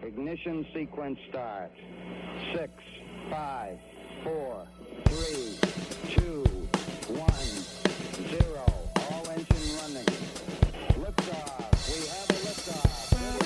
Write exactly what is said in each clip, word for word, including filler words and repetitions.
Ignition sequence start. Six, five, four, three, two, one, zero. All engine running. Liftoff. We have a liftoff.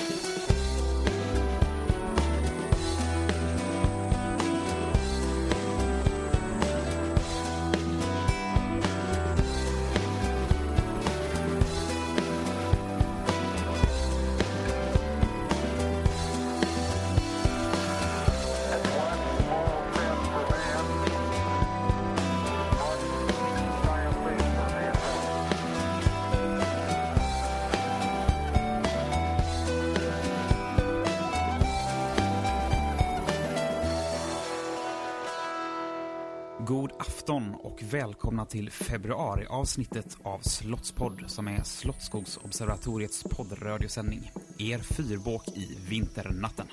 God afton och välkomna till februari-avsnittet av Slottspodd som är Slottskogsobservatoriets poddradiosändning. Er fyrbåk i vinternatten.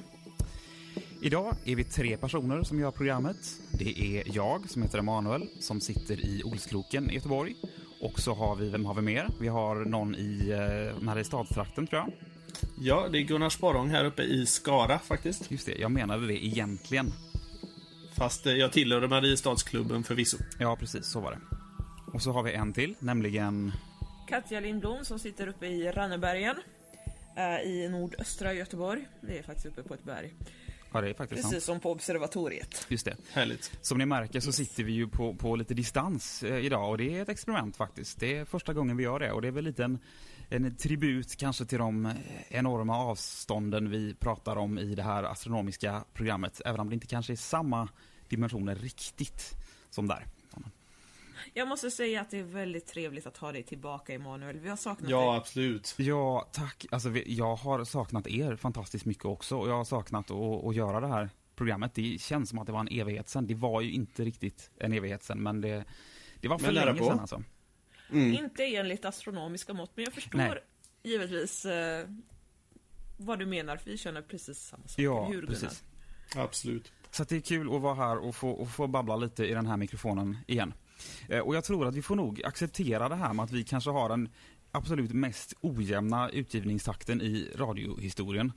Idag är vi tre personer som gör programmet. Det är jag som heter Emanuel som sitter i Olskroken i Göteborg. Och så har vi, vem har vi mer? Vi har någon i eh, Mariestadstrakten tror jag. Ja, det är Gunnar Sporrong här uppe i Skara faktiskt. Just det, jag menade det egentligen. Fast jag tillhörde Mariestadsklubben förvisso. Ja, precis, så var det. Och så har vi en till, nämligen Katja Lindblom som sitter uppe i Rannebergen äh, i nordöstra Göteborg. Det är faktiskt uppe på ett berg. Ja, det är faktiskt Precis sant. som på observatoriet. Just det. Härligt. Som ni märker så sitter vi ju på, på lite distans eh, idag och det är ett experiment faktiskt. Det är första gången vi gör det och det är väl lite en, en tribut kanske till de enorma avstånden vi pratar om i det här astronomiska programmet. Även om det inte kanske är samma dimensioner riktigt som där. Jag måste säga att det är väldigt trevligt att ha dig tillbaka, Emanuel. Vi har saknat Ja, dig. absolut. Ja, tack. Alltså, vi, jag har saknat er fantastiskt mycket också och jag har saknat att, att göra det här programmet. Det känns som att det var en evighet sedan. Det var ju inte riktigt en evighet sedan, men det, det var för Men nära länge på. sedan alltså. Mm. Inte enligt astronomiska mått, men jag förstår Nej. givetvis eh, vad du menar. För vi känner precis samma sak. Ja, Hur, Gunnar? precis. Absolut. Så att det är kul att vara här och få, och få babbla lite i den här mikrofonen igen. Eh, och jag tror att vi får nog acceptera det här med att vi kanske har den absolut mest ojämna utgivningstakten i radiohistorien.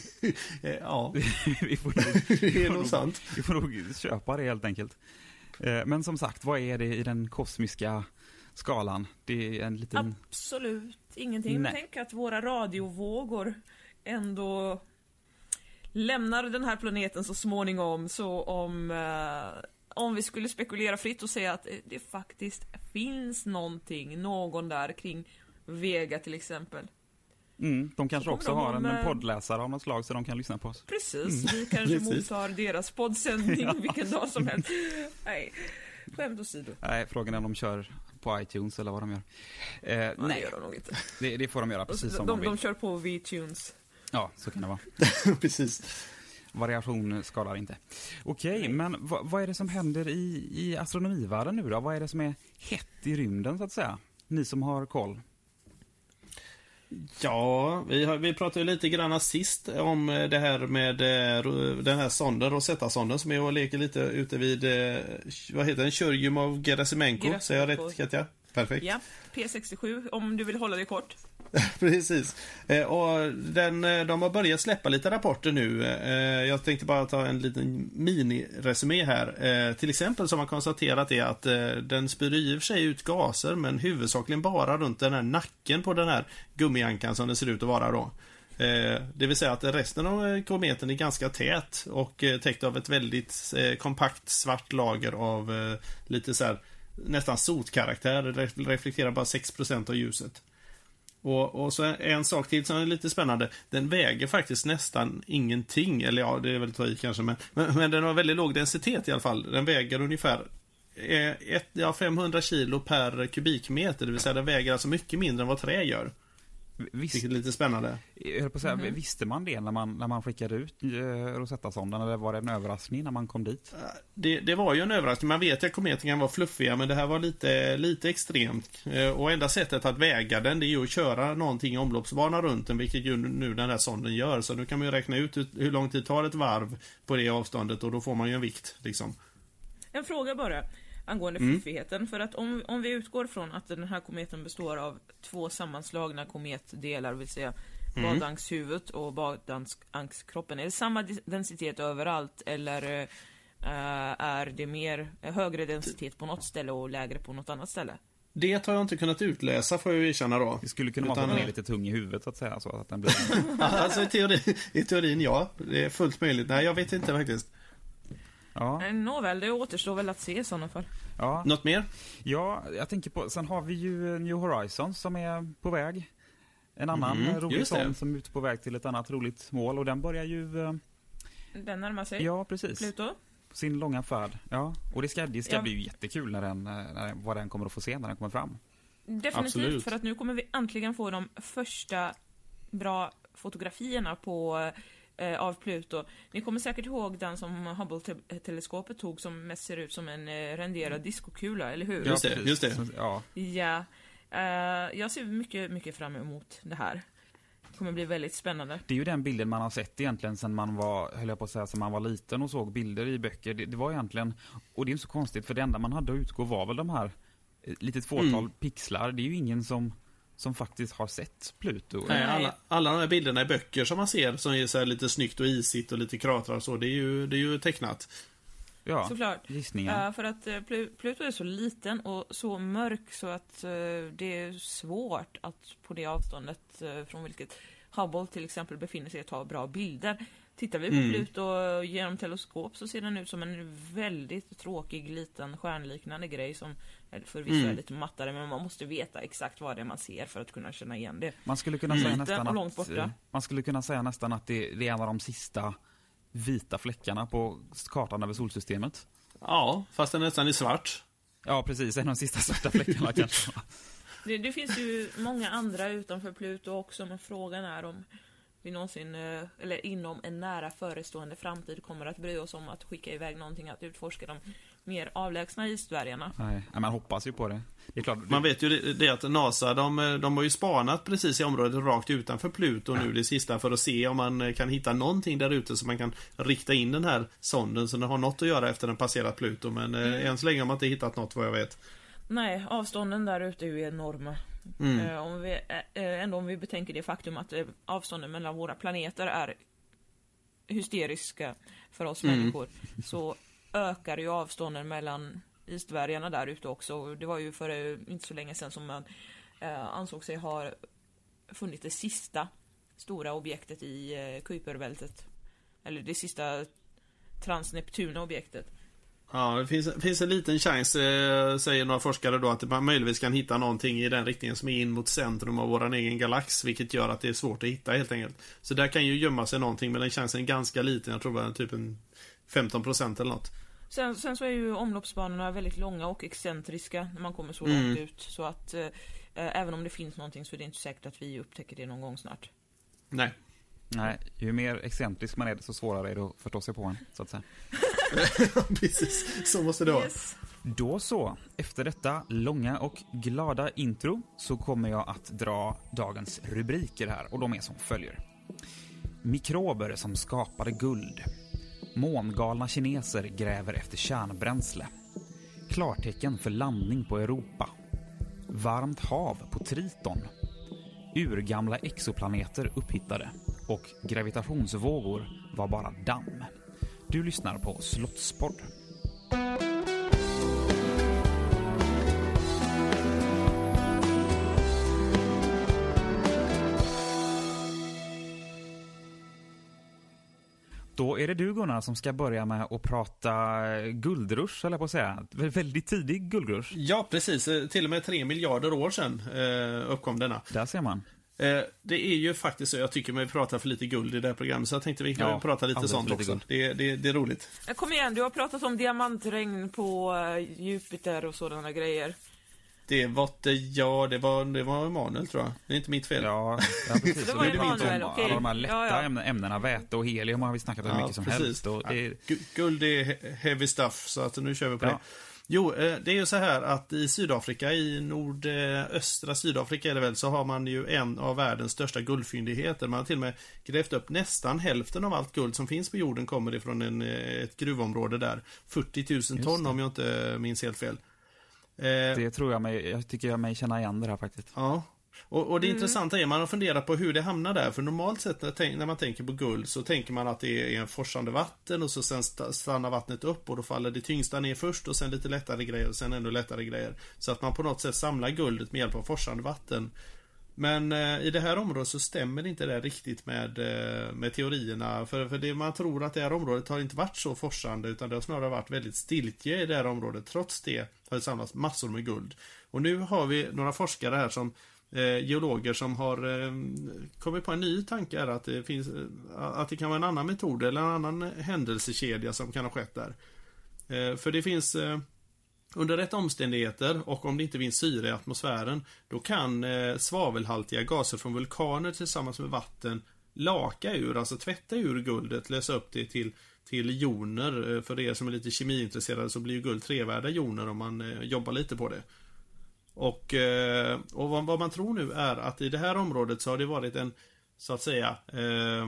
Ja, vi får nog, det är får nog sant. Vi får nog köpa det helt enkelt. Eh, men som sagt, vad är det i den kosmiska skalan? Det är en liten... Absolut ingenting. Nej. Tänk att våra radiovågor ändå lämnar den här planeten så småningom. Så om, eh, om vi skulle spekulera fritt och säga att det faktiskt finns någonting, någon där kring Vega till exempel. Mm, de kanske Så också kommer har de, en eh, poddläsare av något slag så de kan lyssna på oss. Precis, vi kanske Precis. mottar deras poddsändning vilken dag som helst. Nej, skämt åsido. Nej, frågan är om de kör på iTunes eller vad de gör. Eh, Nej, nej, gör de nog inte. det, det får de göra precis som de, de vill. de kör på V-Tunes. Ja, så kan det vara. Precis. Variation skadar inte. Okej, men vad, vad är det som händer i, i astronomivärlden nu då? Vad är det som är hett i rymden så att säga? Ni som har koll. Ja, vi, har, vi pratade ju lite grann sist om det här med eh, den här sonden, Rosetta-sonden som är och leker lite ute vid, eh, vad heter den? Churyumov Gerasimenko. Säger jag rätt, Katja? Perfekt. Ja, P sextiosju om du vill hålla det kort. Precis. Eh, och den, eh, de har börjat släppa lite rapporter nu. Eh, jag tänkte bara ta en liten mini-resumé här. Eh, till exempel som man konstaterat är att eh, den spyr i och för sig ut gaser, men huvudsakligen bara runt den här nacken på den här gummiankan som det ser ut att vara då. Eh, det vill säga att resten av kometen är ganska tät och eh, täckt av ett väldigt eh, kompakt svart lager av eh, lite så här nästan sotkaraktär. Det reflekterar bara sex procent av ljuset. Och, och så en sak till som är lite spännande. Den väger faktiskt nästan ingenting. Eller ja, det är väl ta i kanske. Men, men, men den har väldigt låg densitet i alla fall. Den väger ungefär eh, ett, ja, femhundra kilo per kubikmeter. Det vill säga den väger alltså mycket mindre än vad trä gör. Visst, Vilket är lite spännande. jag höll på att säga, Mhm. visste man det när man, när man skickade ut eh, Rosetta-sonden eller var det en överraskning när man kom dit? Det, det var ju en överraskning. Man vet att kometen kan vara fluffiga, men det här var lite, lite extremt. Eh, Och enda sättet att väga den, det är ju att köra någonting i omloppsbana runt den, vilket ju nu den här sonden gör. Så nu kan man ju räkna ut hur lång tid tar ett varv på det avståndet och då får man ju en vikt liksom. En fråga bara angående Mm. fluffigheten. För att om, om vi utgår från att den här kometen består av två sammanslagna kometdelar, vill säga Mm. badangshuvud och badangskroppen. Är det samma densitet överallt eller uh, är det mer högre densitet på något ställe och lägre på något annat ställe? Det har jag inte kunnat utläsa, får jag erkänna då. Det skulle kunna vara att Utan- den är lite tung i huvudet så att säga, så att den blir... Alltså i, teori, i teorin, ja. Det är fullt möjligt. Nej, jag vet inte faktiskt. Ja, Eh, Nåväl, det återstår väl att se i sådana fall. ja. Något mer? Ja, jag tänker på, sen har vi ju New Horizons som är på väg. En annan Mm, rolig just det. sån som är ute på väg till ett annat roligt mål, och den börjar ju, eh, Den närmar sig. ja precis, Pluto. på sin långa färd. Ja, och det ska, det ska Ja. bli ju jättekul när den, eh, när, vad den kommer att få se när den kommer fram. Definitivt, Absolut. för att nu kommer vi äntligen få de första bra fotografierna på eh, av Pluto. Ni kommer säkert ihåg den som Hubble-teleskopet tog som mest ser ut som en eh, renderad diskokula, eller hur? Just det, precis. just det. Så, ja, Ja. Eh, jag ser mycket, mycket fram emot det här. Det kommer bli väldigt spännande. det är ju den bilden man har sett egentligen sen man var, höll jag på att säga, sen man var liten och såg bilder i böcker. Det, det var egentligen, och det är inte så konstigt, för det enda man hade att utgå var väl de här eh, litet fåtal Mm. pixlar. Det är ju ingen som, som faktiskt har sett Pluto. Nej, Nej. alla, alla de här bilderna i böcker som man ser, som är så här lite snyggt och isigt och lite kratrar och så, det är ju, det är ju tecknat. Ja, Såklart. gissningar. Eh, för att eh, Plu- Pluto är så liten och så mörk så att eh, det är svårt att på det avståndet eh, från vilket Hubble till exempel befinner sig att ta bra bilder. Tittar vi på Mm. Pluto genom teleskop så ser den ut som en väldigt tråkig liten stjärnliknande grej som förvisso Mm. är lite mattare, men man måste veta exakt vad det är man ser för att kunna känna igen det. Man skulle kunna Mm. säga Liten nästan och långt att, borta. eh, man skulle kunna säga nästan att det, det är en av de sista vita fläckarna på kartan över solsystemet. Ja, fast den nästan är svart. Ja, precis. En av de sista svarta fläckarna kanske. Det, det finns ju många andra utanför Pluto också, men frågan är om vi någonsin, eh, eller inom en nära förestående framtid kommer att bry oss om att skicka iväg någonting att utforska de mer avlägsna isdvärgarna. Nej, man hoppas ju på det. Det är klart. Man vet ju det, det att NASA, de, de har ju spanat precis i området rakt utanför Pluto nu det sista för att se om man kan hitta någonting där ute så man kan rikta in den här sonden så den har något att göra efter den passerat Pluto, men Mm. eh, än så länge har man inte hittat något vad jag vet. Nej, avstånden där ute är ju enorma. Mm. Eh, om vi, eh, ändå om vi betänker det faktum att eh, avstånden mellan våra planeter är hysteriska för oss Mm. människor, så ökar ju avstånden mellan isdvärgarna där ute också. Det var ju för eh, inte så länge sedan som man eh, ansåg sig ha funnit det sista stora objektet i eh, Kuiperbältet. Eller det sista transneptuna objektet. Ja, det finns, finns en liten chans, eh, säger några forskare då, att man möjligtvis kan hitta någonting i den riktningen som är in mot centrum av våran egen galax, vilket gör att det är svårt att hitta helt enkelt. Så där kan ju gömma sig någonting, men den chansen är ganska liten. Jag tror bara typ en femton procent eller något. Sen, sen så är ju omloppsbanorna väldigt långa och excentriska när man kommer så Mm. långt ut. Så att eh, även om det finns någonting så är det inte säkert att vi upptäcker det någon gång snart. Nej. Nej, ju mer excentrisk man är, desto svårare är det att förstå sig på en, så att säga. Precis, så måste det vara. Yes. Då så, efter detta långa och glada intro så kommer jag att dra dagens rubriker här, och de är som följer. Mikrober som skapade guld. Mångalna kineser gräver efter kärnbränsle. Klartecken för landning på Europa. Varmt hav på Triton. Urgamla exoplaneter upphittade. Och gravitationsvågor var bara damm. Du lyssnar på Slottspodd. Då är det du, Gunnar, som ska börja med att prata guldrush, eller på att säga. Vä- Väldigt tidig guldrush. Ja, precis. Eh, Till och med tre miljarder år sedan eh, uppkom denna. Där ser man. Eh, det är ju faktiskt så, jag tycker mig prata för lite guld i det här programmet, så jag tänkte vi kan Ja, prata lite alldeles sånt för lite också. guld. Det, det, det är roligt. Eh, Kom igen, du har pratat om diamantregn på eh, Jupiter och sådana grejer. Det var det, ja, det var, det var Emanuel, tror jag. Det är inte mitt fel. Ja, ja precis. Det Och var är ju min Emanuel, tur. okej. Alla de här lätta Ja, ja. ämnen- ämnena, väte och helium har vi snackat om Ja, mycket som precis. helst. Och det är, Gu- Guld är he- heavy stuff, så att nu kör vi på Ja. det. Jo, eh, det är ju så här att i Sydafrika, i nordöstra Sydafrika är det väl, så har man ju en av världens största guldfyndigheter. Man har till och med grävt upp nästan hälften av allt guld som finns på jorden kommer ifrån en, eh, ett gruvområde där. fyrtio tusen Just ton det. om jag inte minns helt fel. Eh, det tror jag mig, jag tycker jag mig känna igen det här faktiskt. Ja, Och, och det mm. intressanta är, man har funderat på hur det hamnar där. För normalt sett när, när man tänker på guld så tänker man att det är en forsande vatten och så sen stannar vattnet upp och då faller det tyngsta ner först och sen lite lättare grejer och sen ännu lättare grejer. Så att man på något sätt samlar guldet med hjälp av forsande vatten. Men eh, i det här området så stämmer inte det riktigt med, eh, med teorierna. För, för det, man tror att det här området har inte varit så forsande utan det har snarare varit väldigt stiltje i det här området. Trots det har det samlats massor med guld. Och nu har vi några forskare här som eh, geologer som har eh, kommit på en ny tanke här att det, finns, att det kan vara en annan metod eller en annan händelsekedja som kan ha skett där. Eh, för det finns... Eh, Under rätt omständigheter och om det inte finns syre i atmosfären då kan eh, svavelhaltiga gaser från vulkaner tillsammans med vatten laka ur, alltså tvätta ur guldet, lösa upp det till, till joner. För er som är lite kemiintresserade så blir ju guld trevärda joner om man eh, jobbar lite på det. Och, eh, och vad, vad man tror nu är att i det här området så har det varit en, så att säga... Eh,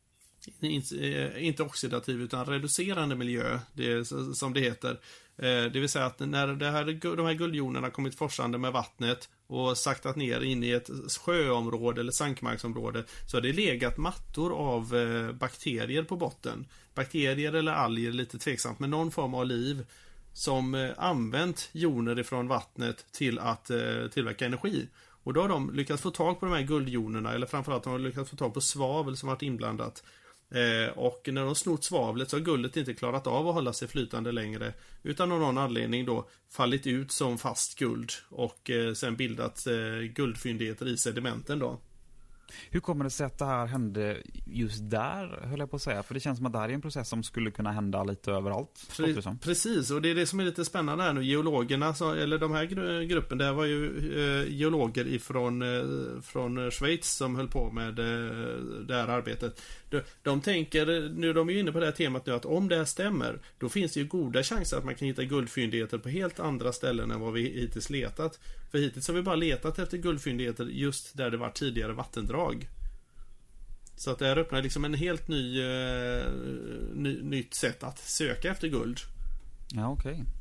inte oxidativ utan reducerande miljö, det, som det heter. Det vill säga att när det här, de här guldjonerna kommit forsande med vattnet och saktat ner in i ett sjöområde eller sankmarksområde så har det legat mattor av bakterier på botten. Bakterier eller alger, lite tveksamt, men någon form av liv som använt joner ifrån vattnet till att tillverka energi. Och då har de lyckats få tag på de här guldjonerna, eller framförallt har de lyckats få tag på svavel som varit inblandat. Eh, och när de snott svavlet så har guldet inte klarat av att hålla sig flytande längre utan av någon anledning då fallit ut som fast guld och eh, sen bildat eh, guldfyndigheter i sedimenten då. Hur kommer det sig att det här hände just där, höll jag på att säga? För det känns som att det här är en process som skulle kunna hända lite överallt. Pre- precis, och det är det som är lite spännande här nu. Geologerna, så, eller de här gru- gruppen, det var ju eh, geologer ifrån eh, från Schweiz som höll på med eh, det här arbetet. De, de tänker, nu de är ju inne på det här temat nu, att om det här stämmer, då finns det ju goda chanser att man kan hitta guldfyndigheter på helt andra ställen än vad vi hittills letat. För hittills har vi bara letat efter guldfyndigheter just där det var tidigare vattendrag. Så att det här öppnar liksom en helt ny, uh, ny nytt sätt att söka efter guld. Ja, okej. Okay.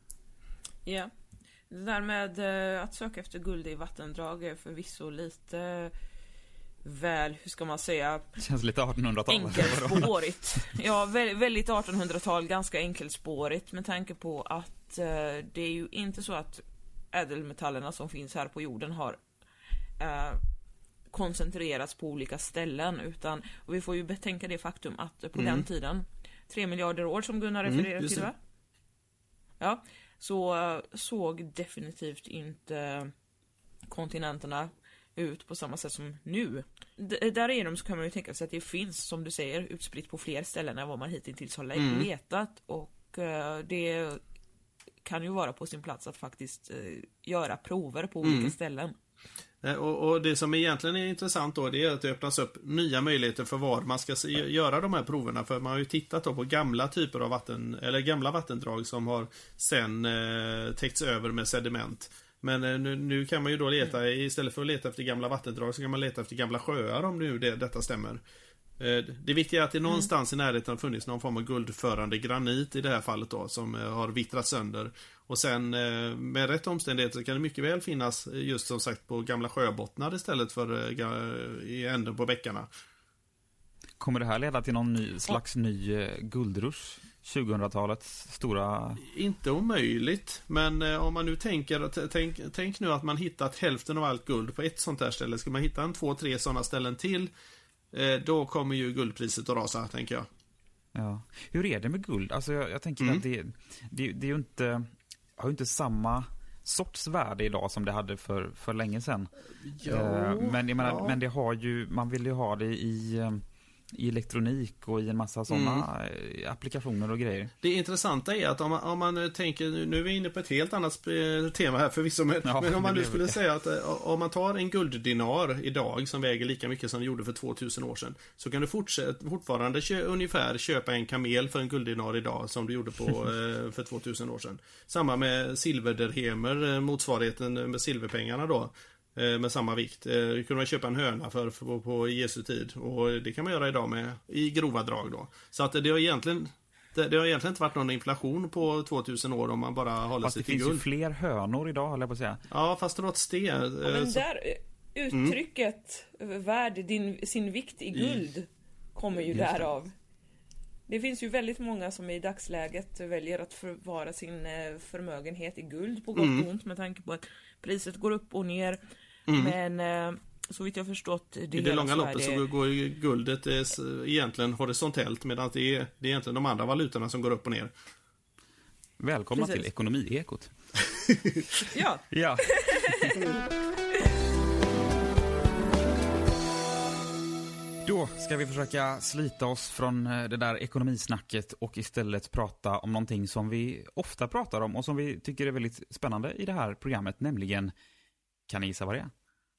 Ja. Yeah. Det där med uh, att söka efter guld i vattendrag är förvisso lite uh, väl, hur ska man säga? Det känns lite artonhundratal. Enkelspårigt. Ja, vä- väldigt artonhundratal, ganska enkelspårigt med tanke på att uh, det är ju inte så att ädelmetallerna som finns här på jorden har uh, koncentrerats på olika ställen, utan, och vi får ju betänka det faktum att på mm. den tiden, tre miljarder år som Gunnar refererar mm, till, va? Ja, så uh, såg definitivt inte kontinenterna ut på samma sätt som nu. D- därigenom så kan man ju tänka sig att det finns, som du säger, utspritt på fler ställen än vad man hittills har mm. letat, och uh, det kan ju vara på sin plats att faktiskt uh, göra prover på olika mm. ställen. Och, och det som egentligen är intressant då, det är att det öppnas upp nya möjligheter för var man ska se, göra de här proverna. För man har ju tittat då på gamla typer av vatten, eller gamla vattendrag som har sen eh, täckts över med sediment. Men eh, nu, nu kan man ju då leta, istället för att leta efter gamla vattendrag så kan man leta efter gamla sjöar, om nu det, detta stämmer. Eh, det viktiga är att det någonstans mm. i närheten har funnits någon form av guldförande granit i det här fallet då, som eh, har vittrat sönder. Och sen med rätt omständigheter så kan det mycket väl finnas just som sagt på gamla sjöbottnar istället för i änden på bäckarna. Kommer det här leda till någon ny, slags ny guldrush? tjugohundratalets stora... Inte omöjligt, men om man nu tänker, tänk, tänk nu att man hittat hälften av allt guld på ett sånt här ställe. Ska man hitta en två, tre sådana ställen till, då kommer ju guldpriset att rasa, tänker jag. Ja. Hur är det med guld? Alltså jag, jag tänker mm. att det, det, det är ju inte... har ju inte samma sorts värde idag som det hade för, för länge sedan. Jo, men, jag menar, ja. men det har ju, man vill ju ha det i, i elektronik och i en massa sådana mm. applikationer och grejer. Det intressanta är att om man, om man tänker, nu är vi inne på ett helt annat tema här förvisso, men, ja, men om man nu skulle det. säga att om man tar en gulddinar idag som väger lika mycket som det gjorde för tvåtusen år sedan, så kan du fortsätta, fortfarande kö, ungefär köpa en kamel för en gulddinar idag som du gjorde på för tvåtusen år sedan. Samma med silverderhemer, motsvarigheten med silverpengarna då. Med samma vikt. Det kunde man köpa en höna för, för på Jesu tid. Och det kan man göra idag med i grova drag då. Så att det har egentligen det, det har egentligen inte varit någon inflation på tvåtusen år om man bara håller fast sig till guld. guld. Det finns ju fler hönor idag, håller jag på att säga. Ja, fast trots det. Ja, men där, Uttrycket mm. värd din, sin vikt i guld mm. kommer ju därav. Det finns ju väldigt många som i dagsläget väljer att förvara sin förmögenhet i guld på gott och ont med tanke på att priset går upp och ner. Mm. Men så vitt jag förstått det i det långa loppet det... så går ju guldet egentligen horisontellt medan det är, det är egentligen de andra valutorna som går upp och ner. Välkomna Precis. Till Ekonomiekot. Ja. Ja. Då ska vi försöka slita oss från det där ekonomisnacket och istället prata om någonting som vi ofta pratar om och som vi tycker är väldigt spännande i det här programmet, nämligen, kan ni gissa vad det är?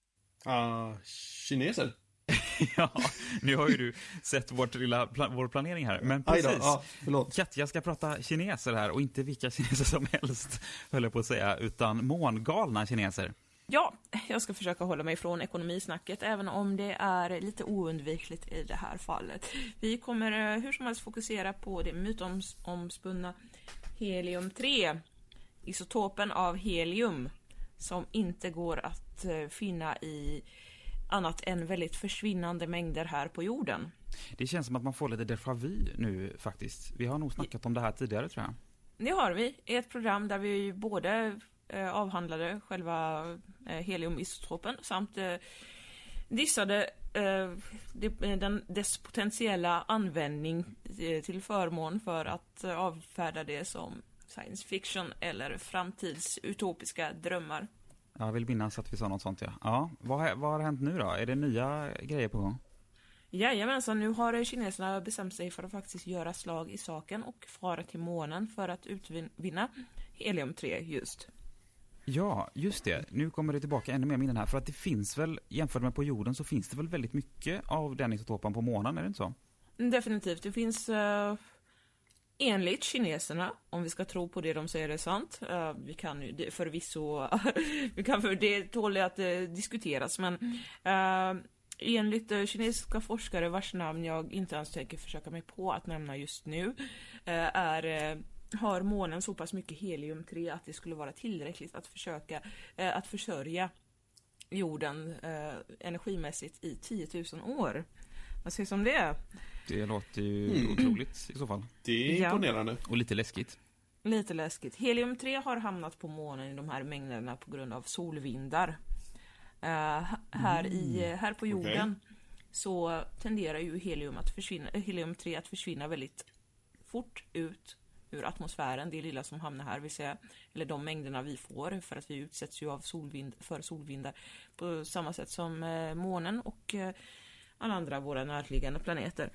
Uh, kineser. Ja, nu har ju du sett vårt lilla pla- vår planering här. Men precis, ja, förlåt. Katja ska prata kineser här och inte vilka kineser som helst, höll jag på att säga, utan mångalna kineser. Ja, jag ska försöka hålla mig från ekonomisnacket även om det är lite oundvikligt i det här fallet. Vi kommer hur som helst fokusera på det mytomspunna helium tre, isotopen av helium som inte går att finna i annat än väldigt försvinnande mängder här på jorden. Det känns som att man får lite déjà vu nu faktiskt. Vi har nog snackat om det här tidigare, tror jag. Det har vi i ett program där vi både eh, avhandlade själva eh, heliumisotopen samt eh, dissade eh, den, dess potentiella användning eh, till förmån för att eh, avfärda det som science fiction eller framtidsutopiska drömmar. Jag vill minnas att vi sa något sånt, ja. Ja, vad, vad har hänt nu då? Är det nya grejer på gång? Jajamensan, nu har kineserna bestämt sig för att faktiskt göra slag i saken och fara till månen för att utvinna helium tre just. Ja, just det. Nu kommer det tillbaka ännu mer minnen här. För att det finns väl, jämfört med på jorden, så finns det väl väldigt mycket av den isotopen på månen, är det inte så? Definitivt. Det finns... Uh... Enligt kineserna, om vi ska tro på det de säger är sant, uh, vi kan ju förvisso, vi kan för det tål att uh, diskuteras, men uh, enligt uh, kinesiska forskare vars namn jag inte ens tänker försöka mig på att nämna just nu, uh, är, uh, har månen så pass mycket helium tre att det skulle vara tillräckligt att försöka uh, att försörja jorden uh, energimässigt i tio tusen år. Vad sägs om det? Det låter ju mm. otroligt i så fall. Det är imponerande. Ja. Och lite läskigt. Lite läskigt. helium tre har hamnat på månen i de här mängderna på grund av solvindar. Uh, här, mm. i, här på jorden okay. så tenderar ju helium, att försvinna, helium tre att försvinna väldigt fort ut ur atmosfären. Det lilla som hamnar här, vill säga, eller de mängderna vi får, för att vi utsätts ju av solvind, för solvindar på samma sätt som uh, månen och uh, alla andra våra närliggande planeter.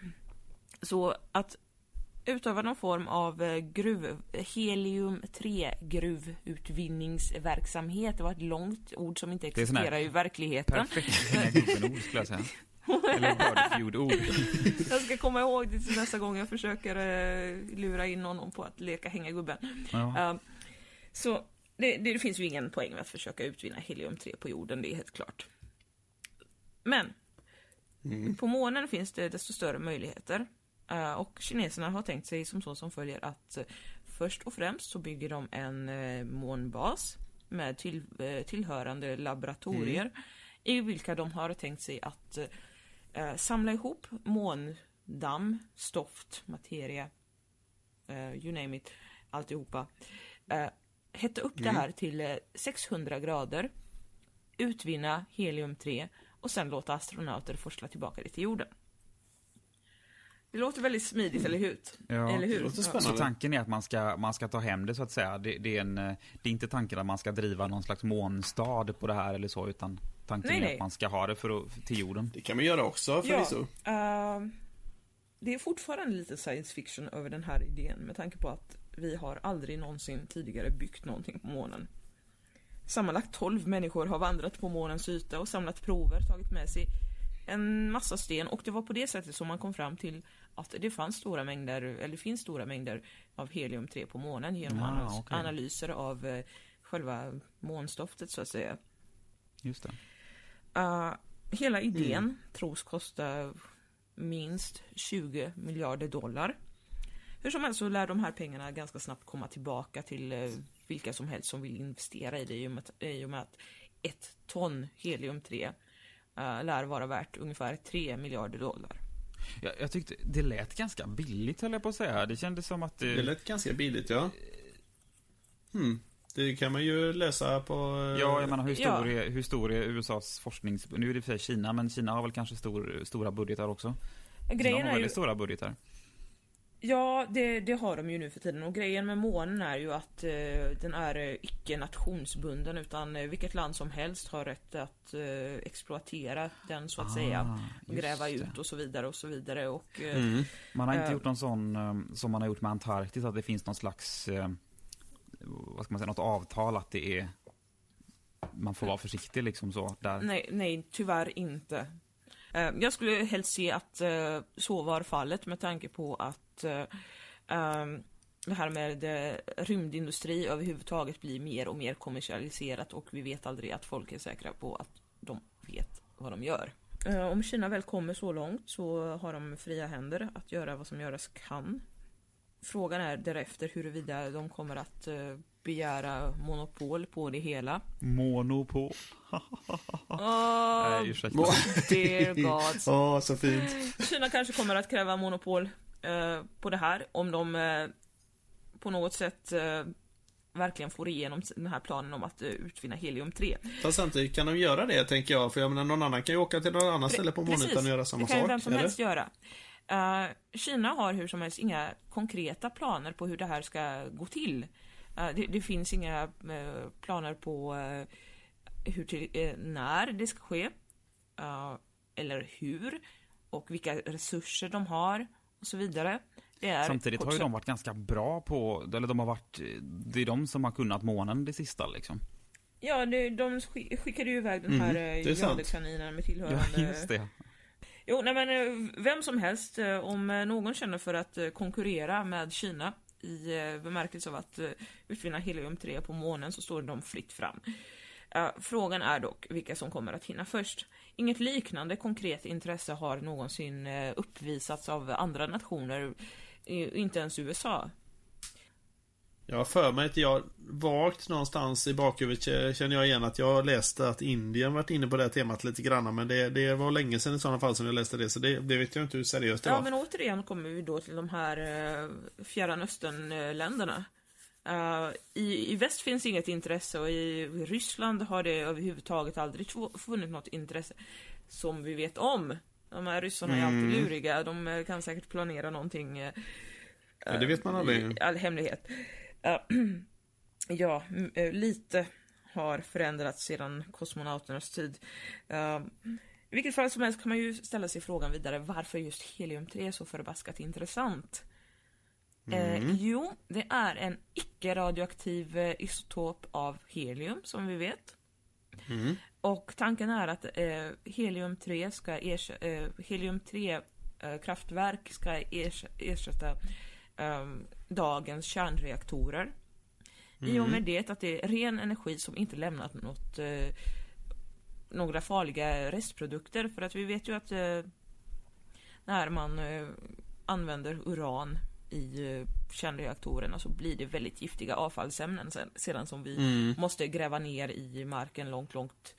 Så att utöva någon form av gruv, helium tre gruvutvinningsverksamhet, det var ett långt ord som inte existerar i verkligheten. Perfekt, inga gubbenord skulle jag säga. Eller Birdfeud-ord. Jag ska komma ihåg det till nästa gång jag försöker uh, lura in någon på att leka hänga gubben. Ja. Uh, så det, det finns ju ingen poäng med att försöka utvinna helium tre på jorden, det är helt klart. Men Mm. på månen finns det desto större möjligheter uh, och kineserna har tänkt sig som så som följer att uh, först och främst så bygger de en uh, månbas med till, uh, tillhörande laboratorier mm. i vilka de har tänkt sig att uh, samla ihop måndamm, stoft, materia, uh, you name it, alltihopa. Uh, hetta upp mm. det här till uh, sexhundra grader, utvinna helium tre och sen låta astronauter forsla tillbaka det till jorden. Det låter väldigt smidigt, eller hur? Ja, eller hur? Det låter spännande. Så tanken är att man ska, man ska ta hem det, så att säga. Det, det, är en, det är inte tanken att man ska driva någon slags månstad på det här eller så, utan tanken nej, är nej. att man ska ha det för, för, till jorden. Det kan man göra också, förvisso. Ja, uh, det är fortfarande lite science fiction över den här idén med tanke på att vi har aldrig någonsin tidigare byggt någonting på månen. Sammanlagt tolv människor har vandrat på månens yta och samlat prover, tagit med sig en massa sten, och det var på det sättet som man kom fram till att det fanns stora mängder, eller finns stora mängder av helium tre på månen genom ah, analys- okay. analyser av uh, själva månstoftet, så att säga. Just det. Uh, hela idén mm. tros kosta minst tjugo miljarder dollar. Hur som helst så lär de här pengarna ganska snabbt komma tillbaka till uh, vilka som helst som vill investera i det, i och med att, i och med att ett ton helium tre uh, lär vara värt ungefär tre miljarder dollar. Jag, jag tyckte det lät ganska billigt, höll jag på att säga. Det kändes som att det... Det lät ganska billigt, ja. Hmm. Det kan man ju läsa på... Ja, jag menar, hur stor, Ja. är, hur stor är U S A's forsknings... Nu är det för sig Kina, men Kina har väl kanske stor, stora budgetar också. Grejen Kina har är väldigt ju, stora budgetar. ja, det, det har de ju nu för tiden. Och grejen med månen är ju att eh, den är eh, icke nationsbunden, utan eh, vilket land som helst har rätt att eh, exploatera den, så att Ah, säga. just Gräva det. ut och så vidare och så vidare. Och, eh, Mm. Man har inte Eh. gjort någon sån um, som man har gjort med Antarktis, att det finns någon slags eh, vad ska man säga, något avtal att det är man får vara försiktig liksom så där. nej, nej, tyvärr inte. Eh, jag skulle helst se att eh, så var fallet, med tanke på att eh, ehm, det här med eh, rymdindustri överhuvudtaget blir mer och mer kommersialiserat, och vi vet aldrig att folk är säkra på att de vet vad de gör. Eh, om Kina väl kommer så långt så har de fria händer att göra vad som göras kan. Frågan är därefter huruvida de kommer att eh, begära monopol på det hela. Monopol. Oh, Nej, ursäkta. dear gods. Åh, så fint. Kina kanske kommer att kräva monopol eh, på det här om de eh, på något sätt eh, verkligen får igenom den här planen om att eh, utvinna helium tre. Fast samtidigt kan de göra det, tänker jag. För jag menar, någon annan kan ju åka till någon annan Pre- ställe på månen utan att göra samma det kan ju sak. vem som eller? helst göra. Eh, Kina har hur som helst inga konkreta planer på hur det här ska gå till. Eh, det, det finns inga eh, planer på eh, hur till, eh, när det ska ske. Eh, eller hur. Och vilka resurser de har. Och så vidare. Det är Samtidigt har ju de varit ganska bra på, eller de har varit, det är de som har kunnat månen det sista liksom. Ja, det, de sk- skickade ju iväg den Mm, här det är mm, sant. jadekaninen med Ja, tillhörande... just det. Jo, nej men eh, vem som helst, eh, om eh, någon känner för att eh, konkurrera med Kina i eh, bemärkelse av att eh, utvinna helium tre på månen, så står de fritt fram. Eh, Frågan är dock vilka som kommer att hinna först. Inget liknande konkret intresse har någonsin eh, uppvisats av andra nationer, eh, inte ens U S A. Jag har för mig att jag vagt någonstans i bakhuvudet känner jag igen att jag läste att Indien varit inne på det här temat lite grann, men det, det var länge sedan i sådana fall som jag läste det, så det, det vet jag inte hur seriöst det Ja, var. men återigen kommer vi då till de här eh, fjärran östern-länderna. Uh, i, I väst finns inget intresse, och i Ryssland har det överhuvudtaget aldrig tv- funnits något intresse som vi vet om. De här ryssarna är Mm. alltid luriga. De eh, kan säkert planera någonting uh, Ja, det vet man aldrig. i all hemlighet. Uh, ja, m- eh, lite har förändrats sedan kosmonauternas tid. Uh, I vilket fall som helst kan man ju ställa sig frågan vidare, varför just helium tre är så förbaskat intressant. Eh, jo, det är en icke-radioaktiv eh, isotop av helium, som vi vet. Mm. Och tanken är att eh, helium tre ska ersätta, eh, helium tre eh, kraftverk ska ers- ersätta eh, dagens kärnreaktorer. I och med det att det är ren energi som inte lämnat något, eh, några farliga restprodukter. För att vi vet ju att eh, när man eh, använder uran i eh, kärnreaktorerna så blir det väldigt giftiga avfallsämnen sen, sedan som vi Mm. måste gräva ner i marken långt, långt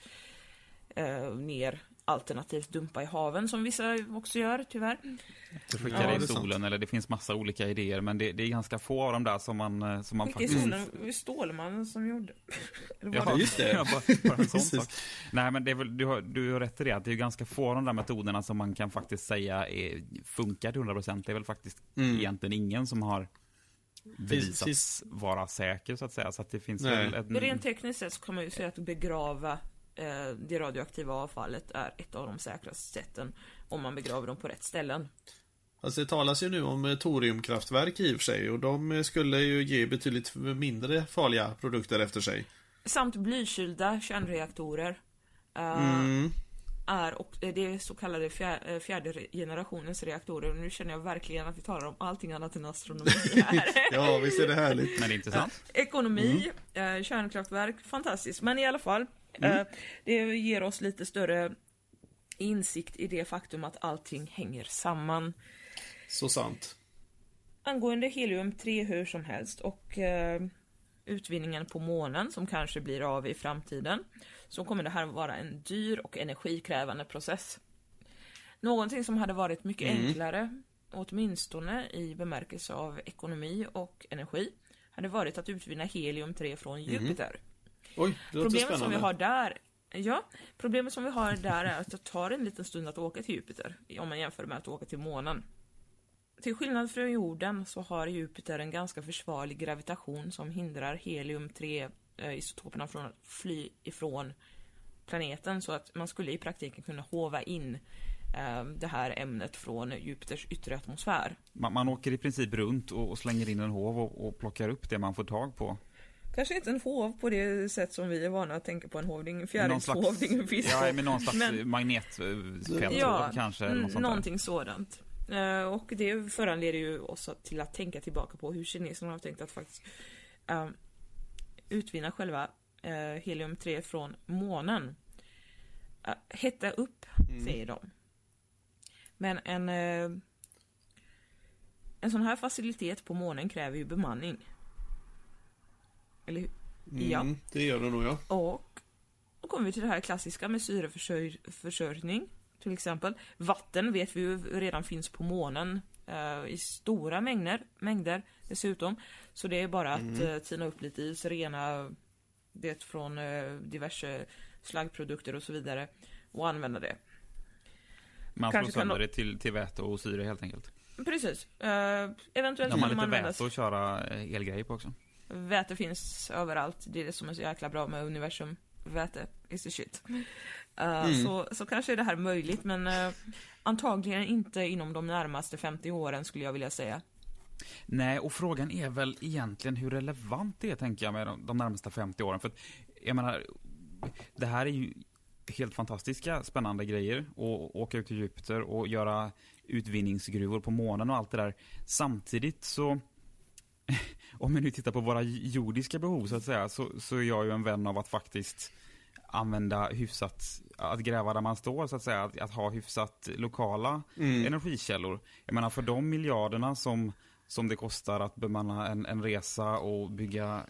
eh, ner, alternativt dumpa i haven, som vissa också gör, tyvärr. Du skickar Ja, det det i är sant. solen, eller det finns massa olika idéer, men det, det är ganska få av dem där som man, eh, som man Skicka i faktiskt... solen, det var Stålmannen som gjorde. Eller var Ja, det? just det. Ja, bara, bara en sån Precis. sak. Nej, men det är väl, du, har, du har rätt i det, att det är ganska få av de där metoderna som man kan faktiskt säga är, funkar till hundra procent. Det är väl faktiskt Mm. egentligen ingen som har bevisats Precis. vara säker, så att säga. Så att det finns Nej. väl ett, Rent tekniskt sett så kan man ju säga att begrava eh, det radioaktiva avfallet är ett av de säkraste sätten om man begraver dem på rätt ställen. Alltså det talas ju nu om eh, thoriumkraftverk i och för sig, och de eh, skulle ju ge betydligt mindre farliga produkter efter sig. Samt blykylda kärnreaktorer eh, Mm. är, och det är så kallade fjär, eh, fjärde re- generationens reaktorer. Och nu känner jag verkligen att vi talar om allting annat än astronomi här. Ja, visst är det härligt. men det är intressant. Ekonomi, eh, kärnkraftverk, fantastiskt. Men i alla fall, eh, det ger oss lite större insikt i det faktum att allting hänger samman. Så sant. Angående helium tre hur som helst, och eh, utvinningen på månen som kanske blir av i framtiden, så kommer det här vara en dyr och energikrävande process. Någonting som hade varit mycket mm. enklare, åtminstone i bemärkelse av ekonomi och energi, hade varit att utvinna helium tre från Jupiter. Mm. Oj, det låter Problemet spännande. som vi har där, ja, problemet som vi har där är att det tar en liten stund att åka till Jupiter om man jämför med att åka till månen. Till skillnad från jorden så har Jupiter en ganska försvarlig gravitation som hindrar helium tre eh, isotoperna från att fly ifrån planeten, så att man skulle i praktiken kunna hova in eh, det här ämnet från Jupiters yttre atmosfär. Man, man åker i princip runt och, och slänger in en hov och, och plockar upp det man får tag på. Kanske inte en hov på det sätt som vi är vana att tänka på en hov. Det är ingen fjärilshov, det är ingen fisk. Ja, men någon slags men, magnetfält ja, kanske. Eller något sånt någonting där. Sådant. Uh, och det föranleder ju oss till att tänka tillbaka på hur kineserna har tänkt att faktiskt uh, utvinna själva uh, helium tre från månen. Uh, hetta upp, mm. säger de. Men en uh, en sån här facilitet på månen kräver ju bemanning. Eller mm, ja. Det gör det nog, ja. Och då kommer vi till det här klassiska med syreförsörjning. Till exempel, vatten vet vi ju redan finns på månen eh, i stora mängder, mängder dessutom. Så det är bara att mm. eh, tina upp lite is, rena det från eh, diverse slaggprodukter och så vidare och använda det. Man får sönder det till, till väte och syre helt enkelt. Precis. Eh, eventuellt kan man lite väte och köra elgrejer på också. Väte finns överallt. Det är det som är så jäkla bra med universum. Väte is the shit. Uh, mm. så, så kanske är det här möjligt, men uh, antagligen inte inom de närmaste femtio åren skulle jag vilja säga. Nej, och frågan är väl egentligen hur relevant det är, tänker jag, med de, de närmaste femtio åren. För att, jag menar, det här är ju helt fantastiska, spännande grejer. Att åka ut till Jupiter och göra utvinningsgruvor på månen och allt det där. Samtidigt så om vi nu tittar på våra jordiska behov så att säga, så, så är jag ju en vän av att faktiskt använda hyfsat, att gräva där man står så att säga, att, att ha hyfsat lokala mm. energikällor. Jag menar, för de miljarderna som, som det kostar att bemanna en, en resa och bygga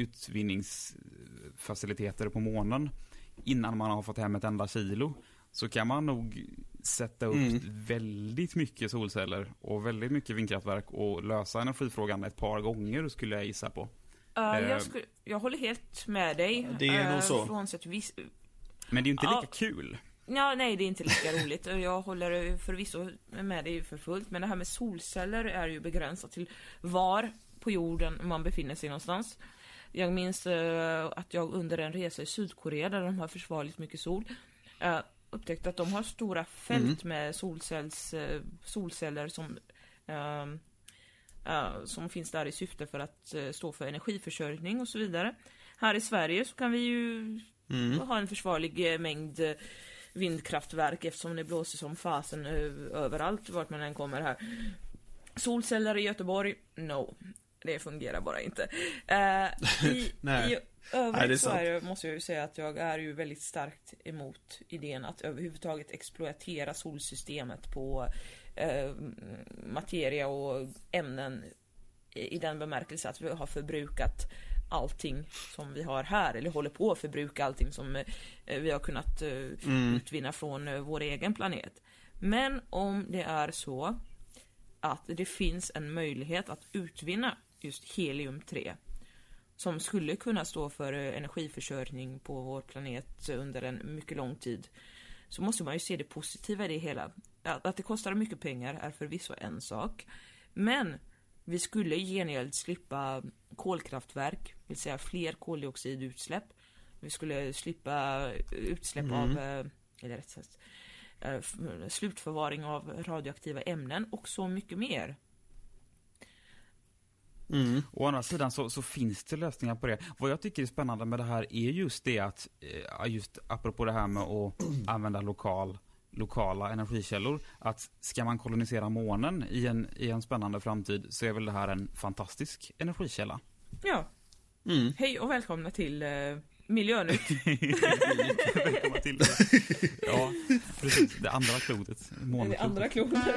utvinningsfaciliteter på månen innan man har fått hem ett enda kilo, så kan man nog sätta upp mm. väldigt mycket solceller och väldigt mycket vindkraftverk och lösa energifrågan ett par gånger, skulle jag gissa på. Uh, uh, jag, skulle, jag håller helt med dig. Det är nog så. Uh, frånsett vis- Men det är ju inte lika uh, kul. Ja, nej, det är inte lika roligt. Jag håller förvisso med dig för fullt. Men det här med solceller är ju begränsat till var på jorden man befinner sig någonstans. Jag minns uh, att jag under en resa i Sydkorea, där de har försvarligt mycket sol, uh, upptäckte att de har stora fält mm. med solcells, uh, solceller som, uh, uh, som finns där i syfte för att uh, stå för energiförsörjning och så vidare. Här i Sverige så kan vi ju mm. ha en försvarlig uh, mängd uh, vindkraftverk, eftersom det blåser som fasen uh, överallt vart man än kommer här. Solceller i Göteborg? No. Det fungerar bara inte. Uh, I, i övrigt så är, måste jag ju säga att jag är ju väldigt starkt emot idén att överhuvudtaget exploatera solsystemet på uh, materia och ämnen i, i den bemärkelse att vi har förbrukat allting som vi har här, eller håller på att förbruka allting som uh, vi har kunnat uh, mm. utvinna från uh, vår egen planet. Men om det är så att det finns en möjlighet att utvinna just helium tre som skulle kunna stå för energiförsörjning på vår planet under en mycket lång tid, så måste man ju se det positiva i det hela. Att det kostar mycket pengar är förvisso en sak, men vi skulle i gengäld slippa kolkraftverk, vill säga fler koldioxidutsläpp. Vi skulle slippa utsläpp mm. av, eller rätt sagt, slutförvaring av radioaktiva ämnen och så mycket mer. Mm. Å andra sidan så, så finns det lösningar på det. Vad jag tycker är spännande med det här är just det att, just apropå det här med att använda lokal, lokala energikällor, att ska man kolonisera månen i en, i en spännande framtid, så är väl det här en fantastisk energikälla. Ja. Mm. Hej och välkomna till uh, Miljönytt. Välkomna till det. Ja, precis. Det andra klotet. Det andra klotet.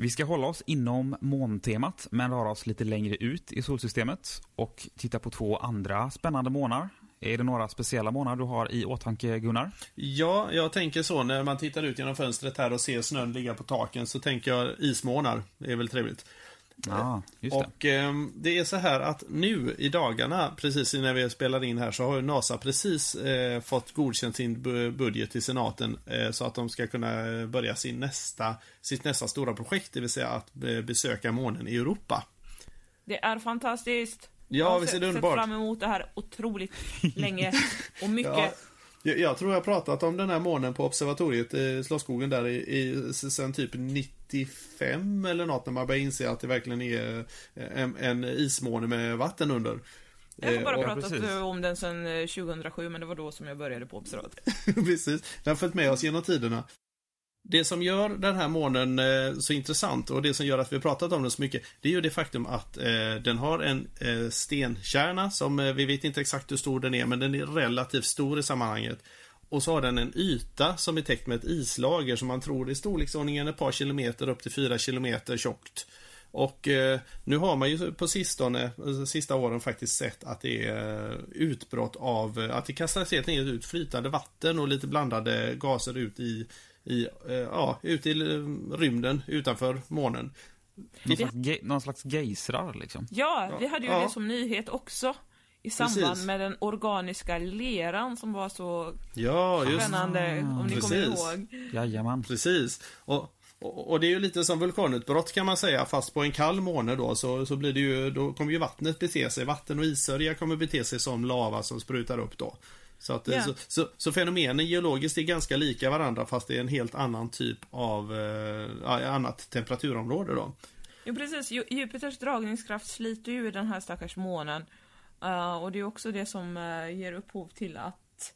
Vi ska hålla oss inom måntemat men röra oss lite längre ut i solsystemet och titta på två andra spännande månar. Är det några speciella månader du har i åtanke, Gunnar? Ja, jag tänker så. När man tittar ut genom fönstret här och ser snön ligga på taken så tänker jag ismånar. Det är väl trevligt. Ja, just det. Och eh, det är så här att nu i dagarna, precis när vi spelar in här, så har ju NASA precis eh, fått godkänt sin budget i senaten eh, så att de ska kunna börja sin nästa, sitt nästa stora projekt, det vill säga att be- besöka månen i Europa. Det är fantastiskt. Ja, jag har visst är sett, det underbart. sett fram emot det här otroligt länge och mycket. Ja. Jag, jag tror jag har pratat om den här månen på observatoriet i Slottsskogen där i, i, sen typ nittiofem eller något, när man börjar inse att det verkligen är en, en ismåne med vatten under. Jag har bara och, pratat precis. om den sedan tjugohundrasju, men det var då som jag började på observatoriet. Precis, den har följt med oss genom tiderna. Det som gör den här månen eh, så intressant och det som gör att vi har pratat om den så mycket, det är ju det faktum att eh, den har en eh, stenkärna som eh, vi vet inte exakt hur stor den är, men den är relativt stor i sammanhanget. Och så har den en yta som är täckt med ett islager som man tror är storleksordningen ett par kilometer upp till fyra kilometer tjockt. Och eh, nu har man ju på sistone, sista åren faktiskt sett att det är utbrott av, att det kastas helt enkelt ut flytande vatten och lite blandade gaser ut i i, eh, ja, ut i rymden utanför månen. Någon slags, ge- någon slags geisrar liksom. Ja, vi hade ju Ja. det som nyhet också i samband Precis. med den organiska leran som var så Ja, just spännande, om ni kommer precis. ihåg. Jajamän. Precis. Och, och, och det är ju lite som vulkanutbrott kan man säga, fast på en kall måne då så, så blir det ju, då kommer ju vattnet bete sig. Vatten och issörja kommer bete sig som lava som sprutar upp då. Så, att, Ja. så, så, så fenomenen geologiskt är ganska lika varandra, fast det är en helt annan typ av eh, annat temperaturområde då. Jo, precis. Ju- Jupiters dragningskraft sliter ju i den här stackars månen. Uh, och det är också det som uh, ger upphov till att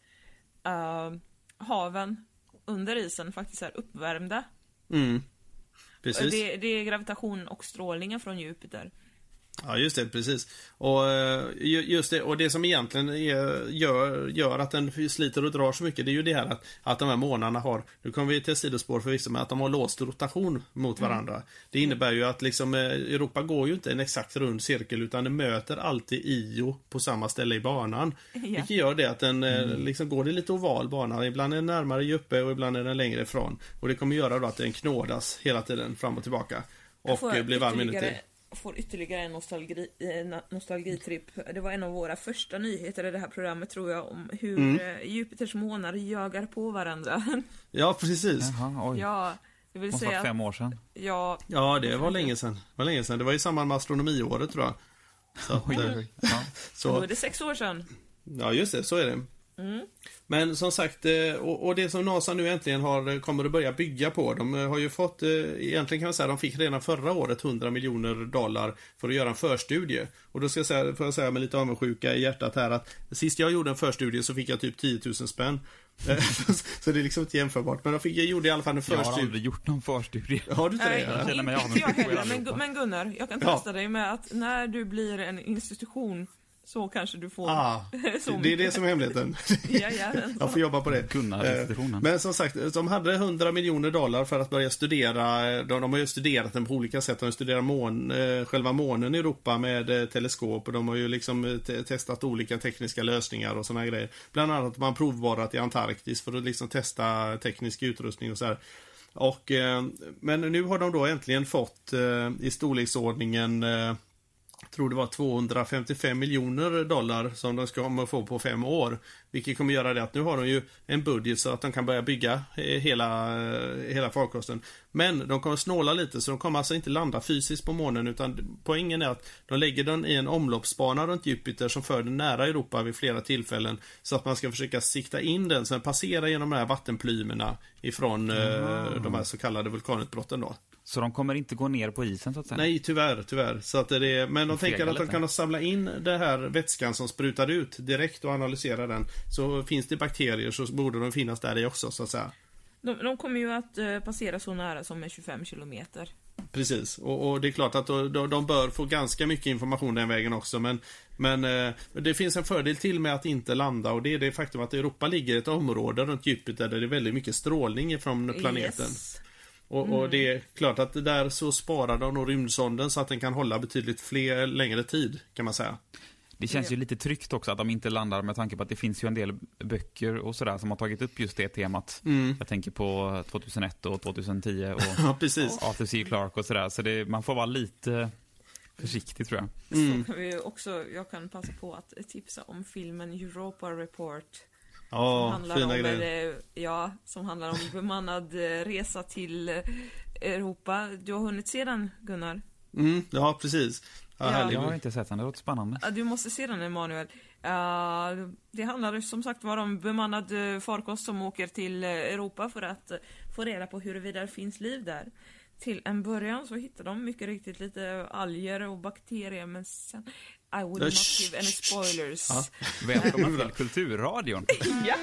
uh, haven under isen faktiskt är uppvärmda. Mm. Precis. Det, det är gravitation och strålningen från Jupiter. Ja, just det, precis. Och eh, ju- just det, och det som egentligen är, gör, gör att den sliter och drar så mycket, det är ju det här att, att de här månarna har, nu kommer vi till sidospår förvisso, men att de har låst rotation mot varandra. Mm. Det innebär ju att liksom eh, Europa går ju inte en exakt rund cirkel, utan det möter alltid Io på samma ställe i banan. Ja. Vilket gör det att den eh, liksom går det lite oval bana, ibland är den närmare uppe och ibland är den längre ifrån. Och det kommer göra då att den knådas hela tiden fram och tillbaka. Och Får eh, blir varm ytterligare- inuti. får ytterligare en nostalgi, eh, nostalgitripp. Det var en av våra första nyheter i det här programmet, tror jag, om hur Mm. eh, Jupiters månar jagar på varandra. Ja, precis. Jaha, oj. Ja, det vill Måste säga vara att, fem år sedan. ja, Ja, det var länge sedan. Det var länge sedan. Det var i samband med astronomiåret, tror jag. Så att, Oj, eh, oj, oj. Ja. då så, är det sex år sedan. ja, just det. Så är det. Mm. Men som sagt, eh, och, och det som NASA nu äntligen har, kommer att börja bygga på, de eh, har ju fått, eh, egentligen kan man säga, de fick redan förra året hundra miljoner dollar för att göra en förstudie. Och då ska jag säga, får jag säga med lite avundsjuka i hjärtat här, att sist jag gjorde en förstudie så fick jag typ tio tusen spänn. Så det är liksom inte jämförbart. Men jag, fick, jag gjorde i alla fall en Jag har förstudie. aldrig gjort någon förstudie. Har du inte Nej, det? Jag känner mig inte jag avundsjuk på er heller, men, allihopa. men Gunnar, jag kan Ja. trösta dig med att när du blir en institution så kanske du får Ah, så det är det som är hemligheten. Ja, ja. Jag får jobba på det. Gunnar-institutionen. Eh, Men som sagt, de hade hundra miljoner dollar för att börja studera. De, de har ju studerat den på olika sätt. De studerar mån, eh, själva månen i Europa med eh, teleskop. Och de har ju liksom eh, te- testat olika tekniska lösningar och såna här grejer. Bland annat har man provborrat i Antarktis för att liksom testa teknisk utrustning och så här. Och, eh, men nu har de då äntligen fått eh, i storleksordningen eh, jag tror det var tvåhundrafemtiofem miljoner dollar som de ska få på fem år. Vilket kommer göra det att nu har de ju en budget så att de kan börja bygga hela, hela farkosten. Men de kommer snåla lite, så de kommer alltså inte landa fysiskt på månen, utan poängen är att de lägger den i en omloppsbana runt Jupiter som för den nära Europa vid flera tillfällen, så att man ska försöka sikta in den, sen passera genom de här vattenplymerna ifrån eh, de här så kallade vulkanutbrotten då. Så de kommer inte gå ner på isen så att säga? Nej, tyvärr, tyvärr. Så att det är, men de Fegar tänker att de lite. kan samla in det här vätskan som sprutar ut direkt och analysera den. Så finns det bakterier så borde de finnas där i också, så att säga. De, de kommer ju att eh, passera så nära som med tjugofem kilometer. Precis, och, och det är klart att de, de, de bör få ganska mycket information den vägen också. Men, men eh, det finns en fördel till med att inte landa, och det är det faktum att Europa ligger i ett område runt Jupiter där det är väldigt mycket strålning från planeten. Yes. Och, Mm. och det är klart att det där så sparar de nog rymdsonden så att den kan hålla betydligt fler längre tid, kan man säga. Det känns ju lite tryggt också att de inte landar, med tanke på att det finns ju en del böcker och sådär som har tagit upp just det temat. Mm. Jag tänker på tjugohundraett och tjugohundratio och Ja, precis. Arthur C. Clarke och sådär. Så det, man får vara lite försiktig, tror jag. Mm. Så kan vi också, jag kan passa på att tipsa om filmen Europa Report. Som Ja, handlar fina om grejer. en, ja, som handlar om bemannad eh, resa till eh, Europa. Du har hunnit se den, Gunnar? Mm, ja, precis. Ja, Ja. härlig. Jag har inte sett den, det låter spännande. Ja, du måste se den, Emanuel. Uh, det handlar som sagt var om bemannad uh, farkost som åker till uh, Europa för att uh, få reda på huruvida det finns liv där. Till en början så hittar de mycket riktigt lite alger och bakterier, men sen... I will not give any spoilers. Ja. Välkomna till Kulturradion. Ja.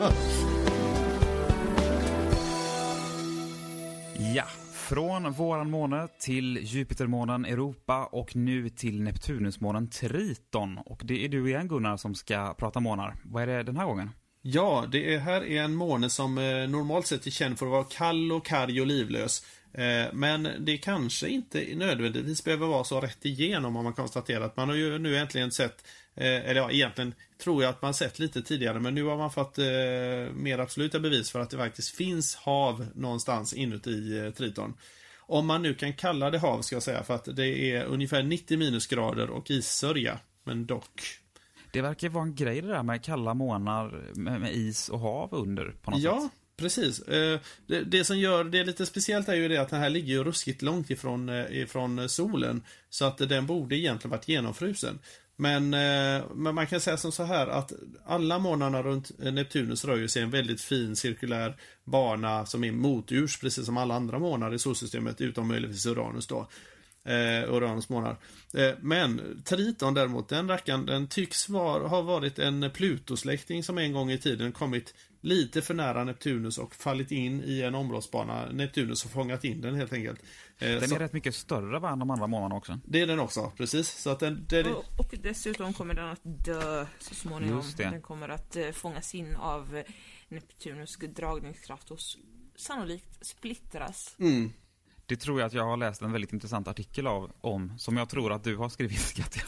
Ja, från våran måne till Jupitermånen Europa och nu till Neptunusmånen Triton. Och det är du igen, Gunnar, som ska prata månar. Vad är det den här gången? Ja, det är, här är en måne som eh, normalt sett är känd för att vara kall och karg och livlös. Eh, men det kanske inte nödvändigtvis behöver vara så rätt igenom, om man konstaterar att man har ju nu äntligen sett, eh, eller ja, egentligen tror jag att man sett lite tidigare, men nu har man fått eh, mer absoluta bevis för att det faktiskt finns hav någonstans inuti eh, Triton. Om man nu kan kalla det hav, ska jag säga, för att det är ungefär nittio minusgrader och issörja, men dock. Det verkar vara en grej det där med kalla månar med, med is och hav under på något Ja, sätt. precis. Eh, det, det som gör det lite speciellt är ju det att den här ligger ju ruskigt långt ifrån, eh, ifrån solen. Så att den borde egentligen varit genomfrusen. Men, eh, men man kan säga som så här att alla månaderna runt Neptunus rör ju sig en väldigt fin cirkulär bana som är moturs, precis som alla andra månader i solsystemet, utom möjligtvis Uranus då. Eh, Uranus månad. Eh, men Triton däremot, den rackaren, den tycks var, ha varit en Pluto-släkting som en gång i tiden kommit lite för nära Neptunus och fallit in i en omloppsbana. Neptunus har fångat in den helt enkelt. Eh, Den så, är rätt mycket större än de andra månaderna också. det är den också, precis. Så att den, det, Och, och dessutom kommer den att dö så småningom. Just det. Den kommer att eh, fångas in av eh, Neptunus dragningskraft och s- sannolikt splittras. mm. Det tror jag att jag har läst en väldigt intressant artikel av om, som jag tror att du har skrivit, Katja.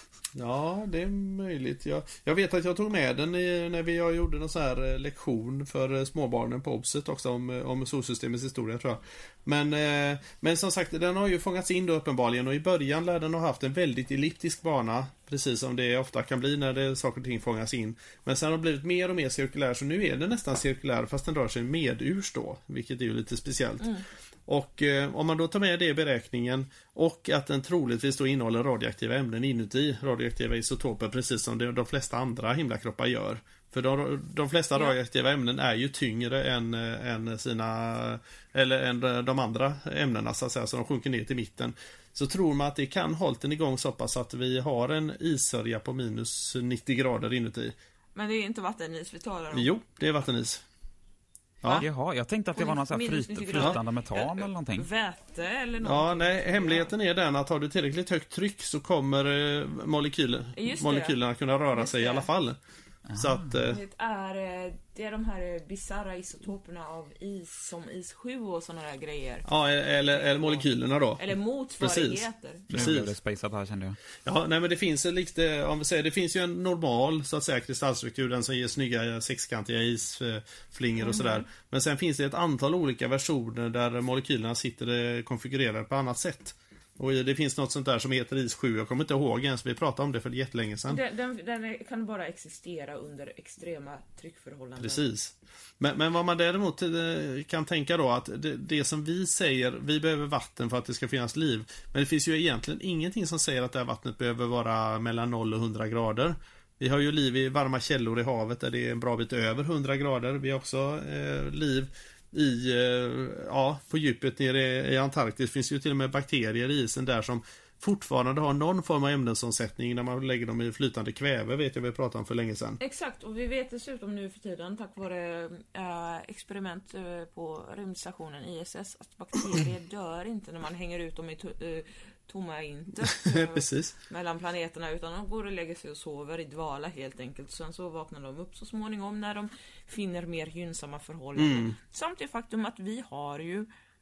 Ja, det är möjligt. Jag, jag vet att jag tog med den i, när vi jag gjorde någon så här eh, lektion för eh, småbarnen på Obset också om, eh, om solsystemets historia, tror jag. Men, eh, men som sagt, den har ju fångats in då uppenbarligen, och i början lär den ha haft en väldigt elliptisk bana, precis som det ofta kan bli när det, saker och ting fångas in. Men sen har det blivit mer och mer cirkulär, så nu är den nästan cirkulär fast den rör sig medurs då, vilket är ju lite speciellt. Mm. Och eh, om man då tar med det i beräkningen och att den troligtvis då innehåller radioaktiva ämnen inuti, radioaktiva isotoper, precis som det, de flesta andra himlakroppar gör. För de, de flesta Ja. radioaktiva ämnen är ju tyngre än, eh, än sina, eller än de andra ämnena, så att säga, så de sjunker ner till mitten. Så tror man att det kan hålla den igång så pass att vi har en issörja på minus nittio grader inuti. Men det är inte vattenis vi talar om. Jo, det är vattenis. Ja. Jaha, jag tänkte att det var någon sån här Minus flyt, nittio grader. flytande metan Ja, eller någonting. Väte eller något. Ja, nej, hemligheten är den att har du tillräckligt högt tryck så kommer eh, molekyler, Just det. molekylerna kunna röra Just sig i det. alla fall. Så att, eh, Det är, eh, det är de här bizarra isotoperna av is, som is sju och såna där grejer. ja, eller, eller molekylerna då. Eller motsvarigheter. Nu Precis. blev det spaceat här, kände jag. Ja, nej men det finns ju lite, om vi säger, det finns ju en normal så att säga kristallstruktur, den som ger snygga sexkantiga isflingor och sådär. Men sen finns det ett antal olika versioner där molekylerna sitter eh, konfigurerade på annat sätt. Och det finns något sånt där som heter is sju, jag kommer inte ihåg ens, vi pratade om det för jättelänge sedan. Den, den, den är- kan bara existera under extrema tryckförhållanden. Precis. Men, men vad man däremot eh, kan tänka då, att det, det som vi säger, vi behöver vatten för att det ska finnas liv. Men det finns ju egentligen ingenting som säger att det här vattnet behöver vara mellan noll och hundra grader. Vi har ju liv i varma källor i havet där det är en bra bit över hundra grader. Vi har också eh, liv i, eh, ja, på djupet nere i Antarktis. Finns ju till och med bakterier i isen där som fortfarande har någon form av ämnesomsättning när man lägger dem i flytande kväve, vet jag vi pratade om för länge sedan. Exakt, och vi vet dessutom nu för tiden tack vare äh, experiment äh, på rymdstationen I S S att bakterier dör inte när man hänger ut dem i to- äh, tomma intet äh, Precis. mellan planeterna, utan de går och lägger sig och sover i dvala helt enkelt. Sen så vaknar de upp så småningom när de finner mer gynnsamma förhållanden. Mm. Samt det faktum att vi har ju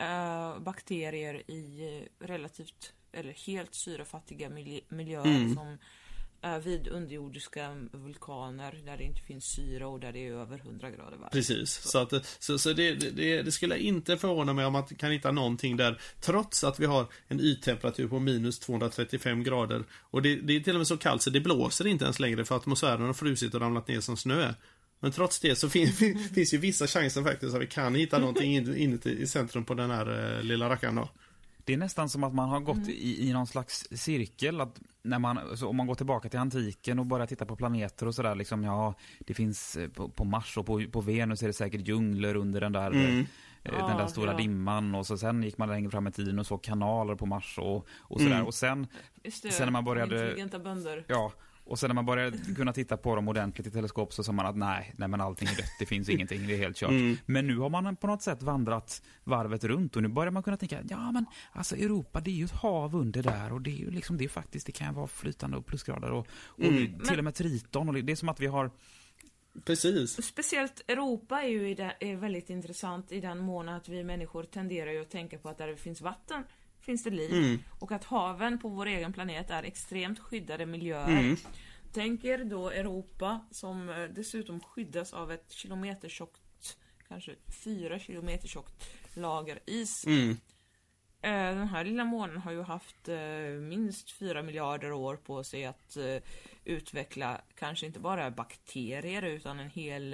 uh, bakterier i uh, relativt eller helt syrefattiga miljö- miljöer Mm. som uh, vid underjordiska vulkaner där det inte finns syre och där det är över hundra grader varmt. Precis, så, att, så, så det, det, det skulle inte förvåna mig om man kan hitta någonting där, trots att vi har en yttemperatur på minus tvåhundratrettiofem grader. Och det, det är till och med så kallt så det blåser inte ens längre för atmosfären har frusit och ramlat ner som snö. Men trots det så fin, finns ju vissa chanser faktiskt att vi kan hitta någonting inuti i centrum på den här eh, lilla rackaren då. Det är nästan som att man har gått i, i någon slags cirkel. Att när man, så om man går tillbaka till antiken och börjar titta på planeter och sådär. Liksom, ja, det finns på, på Mars och på, på Venus är det säkert djungler under den där, Mm. eh, den där Ja, stora ja. dimman. Och så sen gick man längre fram i tiden och såg kanaler på Mars och, och sådär. Mm. Och sen, Just det, sen när man började... intelligenta bönder. Ja, och sen när man började kunna titta på dem ordentligt i teleskop så sa man att nej, nej men allting är dött, det finns ingenting, det är helt kört. Mm. Men nu har man på något sätt vandrat varvet runt och nu börjar man kunna tänka, ja men alltså Europa det är ju ett hav under där och det är ju liksom det är faktiskt, det kan vara flytande och plusgrader och, och Mm. till och med triton och det, det är som att vi har... Precis. Speciellt Europa är ju i det, är väldigt intressant i den mån att vi människor tenderar ju att tänka på att där det finns vatten finns det liv. Mm. Och att haven på vår egen planet är extremt skyddade miljöer. Mm. Tänk er då Europa som eh, dessutom skyddas av ett kilometertjockt, kanske fyra kilometer tjockt lager is. Mm. Eh, Den här lilla månen har ju haft eh, minst fyra miljarder år på sig att eh, utveckla kanske inte bara bakterier utan en hel eh,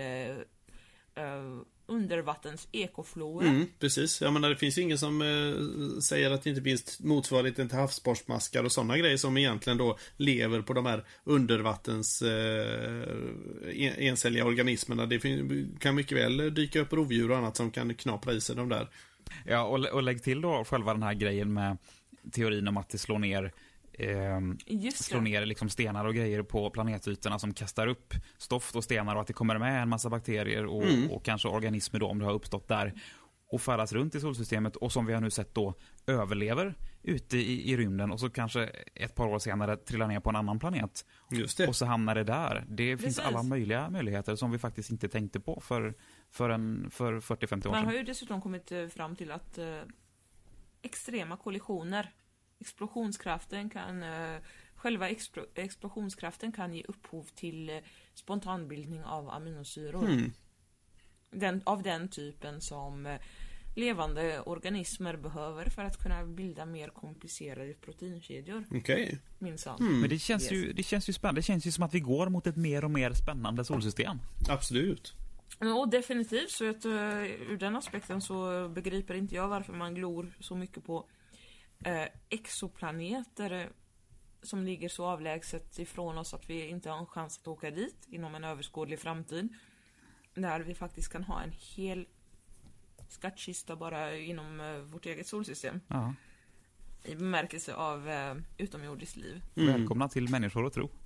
eh, undervattens ekoflora. Mm, precis. Jag menar, det finns ju ingen som eh, säger att det inte finns motsvarigheten till havsborstmaskar och sådana grejer som egentligen då lever på de här undervattens eh, en- encelliga organismerna. Det fin- kan mycket väl dyka upp rovdjur och annat som kan knapra i sig de där. Ja, och, och lägg till då själva den här grejen med teorin om att det slår ner ehm, Just slår det. ner liksom stenar och grejer på planetytorna som kastar upp stoft och stenar och att det kommer med en massa bakterier och, Mm. och kanske organismer då om det har uppstått där och färdas runt i solsystemet och som vi har nu sett då överlever ute i, i rymden och så kanske ett par år senare trillar ner på en annan planet Just det. och så hamnar det där. Det finns Precis. alla möjliga möjligheter som vi faktiskt inte tänkte på för, för, en, för fyrtio femtio år Man har sedan. ju dessutom kommit eh, fram till att eh, extrema kollisioner, explosionskraften kan eh, själva explo- explosionskraften kan ge upphov till eh, spontanbildning av aminosyror. Mm. Den, av den typen som eh, levande organismer behöver för att kunna bilda mer komplicerade proteinkedjor, Okej. minsann. Mm. Men det känns, Yes. ju, det känns ju spännande. Det känns ju som att vi går mot ett mer och mer spännande solsystem. Absolut. Och definitivt så att uh, ur den aspekten så begriper inte jag varför man glor så mycket på uh, exoplaneter uh, som ligger så avlägset ifrån oss att vi inte har en chans att åka dit inom en överskådlig framtid. Där vi faktiskt kan ha en hel skattkista bara inom uh, vårt eget solsystem. Ja. I bemärkelse av uh, utomjordiskt liv. Mm. Välkomna till Människor och tro.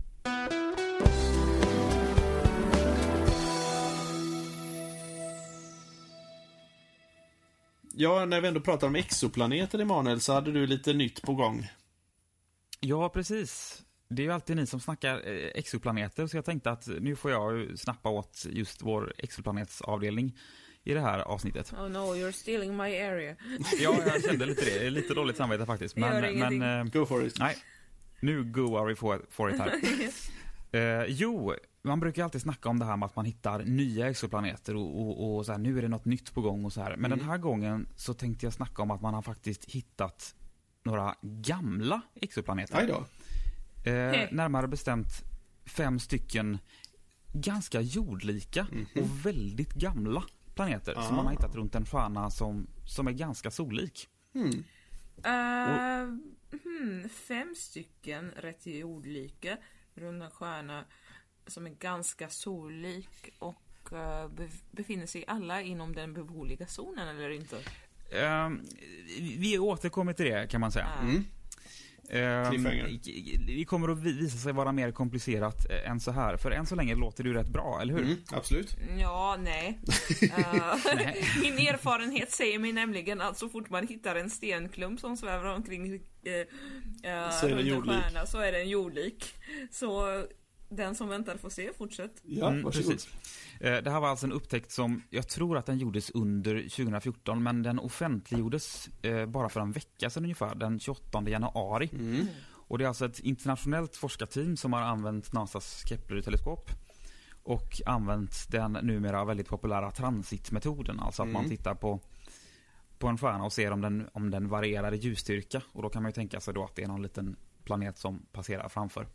Ja, när vi ändå pratar om exoplaneter, Emanuel, så hade du lite nytt på gång. Ja, precis. Det är ju alltid ni som snackar eh, exoplaneter så jag tänkte att nu får jag ju snappa åt just vår exoplanetsavdelning i det här avsnittet. Oh no, you're stealing my area. Ja, jag kände lite det. Lite dåligt samvete faktiskt. Gör Men, ingenting. men eh, Go for it. nej, nu go we for, for it här. Eh, jo, man brukar alltid snacka om det här med att man hittar nya exoplaneter och, och, och så här, nu är det något nytt på gång och så här. Men Mm. den här gången så tänkte jag snacka om att man har faktiskt hittat några gamla exoplaneter. Aj då. Eh, närmare bestämt fem stycken ganska jordlika Mhm. och väldigt gamla planeter Ah. som man har hittat runt en stjärna som, som är ganska sollik. Mm. Uh, hmm, fem stycken rätt jordlika runt en stjärna som är ganska sollik och uh, bef- befinner sig alla inom den beboliga zonen eller inte? Eh, vi återkommer till det kan man säga. Ah. Mm. Eh, Cliffhanger. det kommer att visa sig vara mer komplicerat eh, än så här. För än så länge låter det ju rätt bra, eller hur? Mm. Absolut. Ja, nej. Uh, min erfarenhet säger mig nämligen att så fort man hittar en stenklump som svävar omkring uh, uh, Så är det runt en jordlik. stjärna så är det en jordlik. Så Den som väntar får se, fortsätt. Ja, Mm, varsågod. precis. Eh, Det här var alltså en upptäckt som jag tror att den gjordes under tjugohundrafjorton, men den offentliggjordes eh, bara för en vecka sedan ungefär, den tjugoåttonde januari. Mm. Och det är alltså ett internationellt forskarteam som har använt NASAs Kepler-teleskop och använt den numera väldigt populära transitmetoden, alltså att Mm. man tittar på på en stjärna och ser om den, om den varierar i ljusstyrka, och då kan man ju tänka sig då att det är någon liten planet som passerar framför.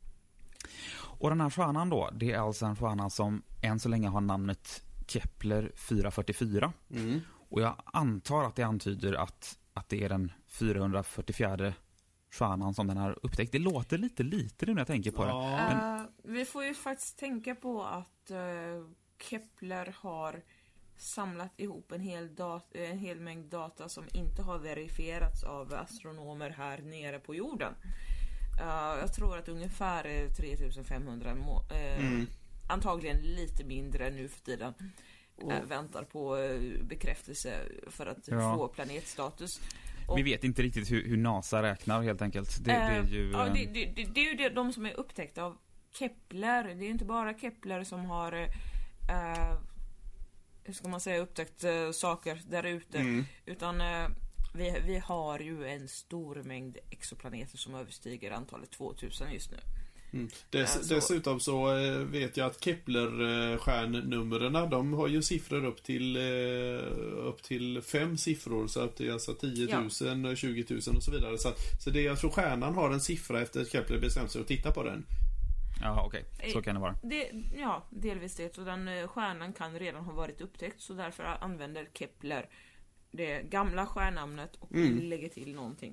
Och den här stjärnan då, det är alltså en stjärna som än så länge har namnet Kepler fyrahundrafyrtiofyra. Mm. Och jag antar att det antyder att, att det är den fyrahundrafyrtiofjärde stjärnan som den har upptäckt. Det låter lite lite nu när jag tänker på det. Ja. Uh, vi får ju faktiskt tänka på att uh, Kepler har samlat ihop en hel, dat- en hel mängd data som inte har verifierats av astronomer här nere på jorden. Uh, jag tror att ungefär eh, tre tusen femhundra, må- eh, Mm. antagligen lite mindre nu för tiden, Och- eh, väntar på eh, bekräftelse för att Ja. få planetstatus. Och- Vi vet inte riktigt hur, hur NASA räknar helt enkelt. Det, det är ju... ja, eh, det, det, det, det är ju det, de som är upptäckta av Kepler. Det är ju inte bara Kepler som har eh, hur ska man säga, upptäckt eh, saker där ute. Mm. Utan eh, vi, vi har ju en stor mängd exoplaneter som överstiger antalet tvåtusen just nu. Mm. Dess, Alltså- Dessutom så eh, vet jag att Kepler-stjärnnumren, de har ju siffror upp till eh, upp till fem siffror, så att det är alltså tio tusen, tjugo tusen och så vidare. Så, att, så det, jag tror stjärnan har en siffra efter att Kepler bestämt sig att titta på den. Ja, okej. Så kan det vara. Det, ja, delvis det. Så den eh, stjärnan kan redan ha varit upptäckt, så därför använder Kepler det gamla stjärnnamnet och Mm. lägger till någonting.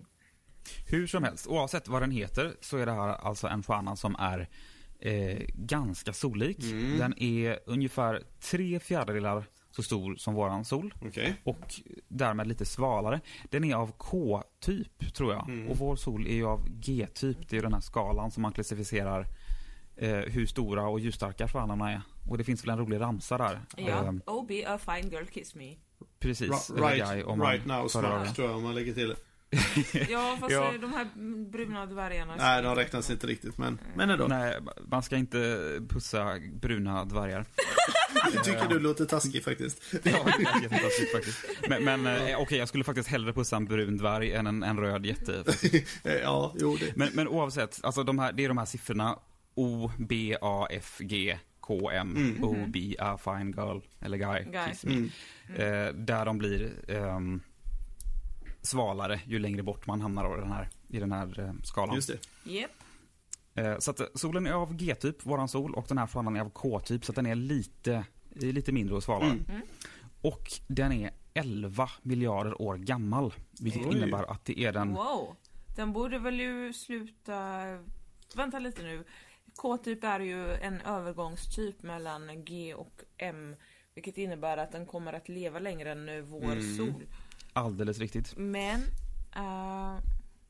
Hur som helst, oavsett vad den heter, så är det här alltså en stjärna som är eh, ganska sollik. Mm. Den är ungefär tre fjärdedelar så stor som våran sol Okej. och därmed lite svalare. Den är av K-typ, tror jag. Mm. Och vår sol är ju av G-typ. Det är ju den här skalan som man klassificerar eh, hur stora och ljusstarka stjärnorna är. Och det finns väl en rolig ramsa där. Ja, Eh, oh be a fine girl, kiss me. precis. Ra- eller right, guy, om man right now föredrar smart, det. tror jag, om man lägger till det. Ja, fast Ja. eh, de här bruna dvärgarna... Nej, de räknas inte riktigt, men, men ändå. Nej, man ska inte pussa bruna dvärgar. Jag tycker du låter taskig faktiskt. Ja, det är jättetaskigt faktiskt. Men, men eh, okej, jag skulle faktiskt hellre pussa en brun dvärg än en, en röd jätte. Ja, jo det. Men, men oavsett, alltså de här, det är de här siffrorna O, B, A, F, G, K, M. Mm. O, B, A, fine girl, eller guy, Guy. kiss me. Mm. Eh, där de blir ehm, svalare ju längre bort man hamnar då, i den här, i den här eh, skalan. Just det. Yep. Eh, så att eh, solen är av G-typ, våran sol, och den här stjärnan är av K-typ, så att den är lite, lite mindre och svalare. Mm. Mm. Och den är elva miljarder år gammal, vilket Oj. innebär att det är den... Wow. Den borde väl ju sluta... Vänta lite nu. K-typ är ju en övergångstyp mellan G och M, vilket innebär att den kommer att leva längre än eh, vår Mm. sol. Alldeles riktigt. Men uh,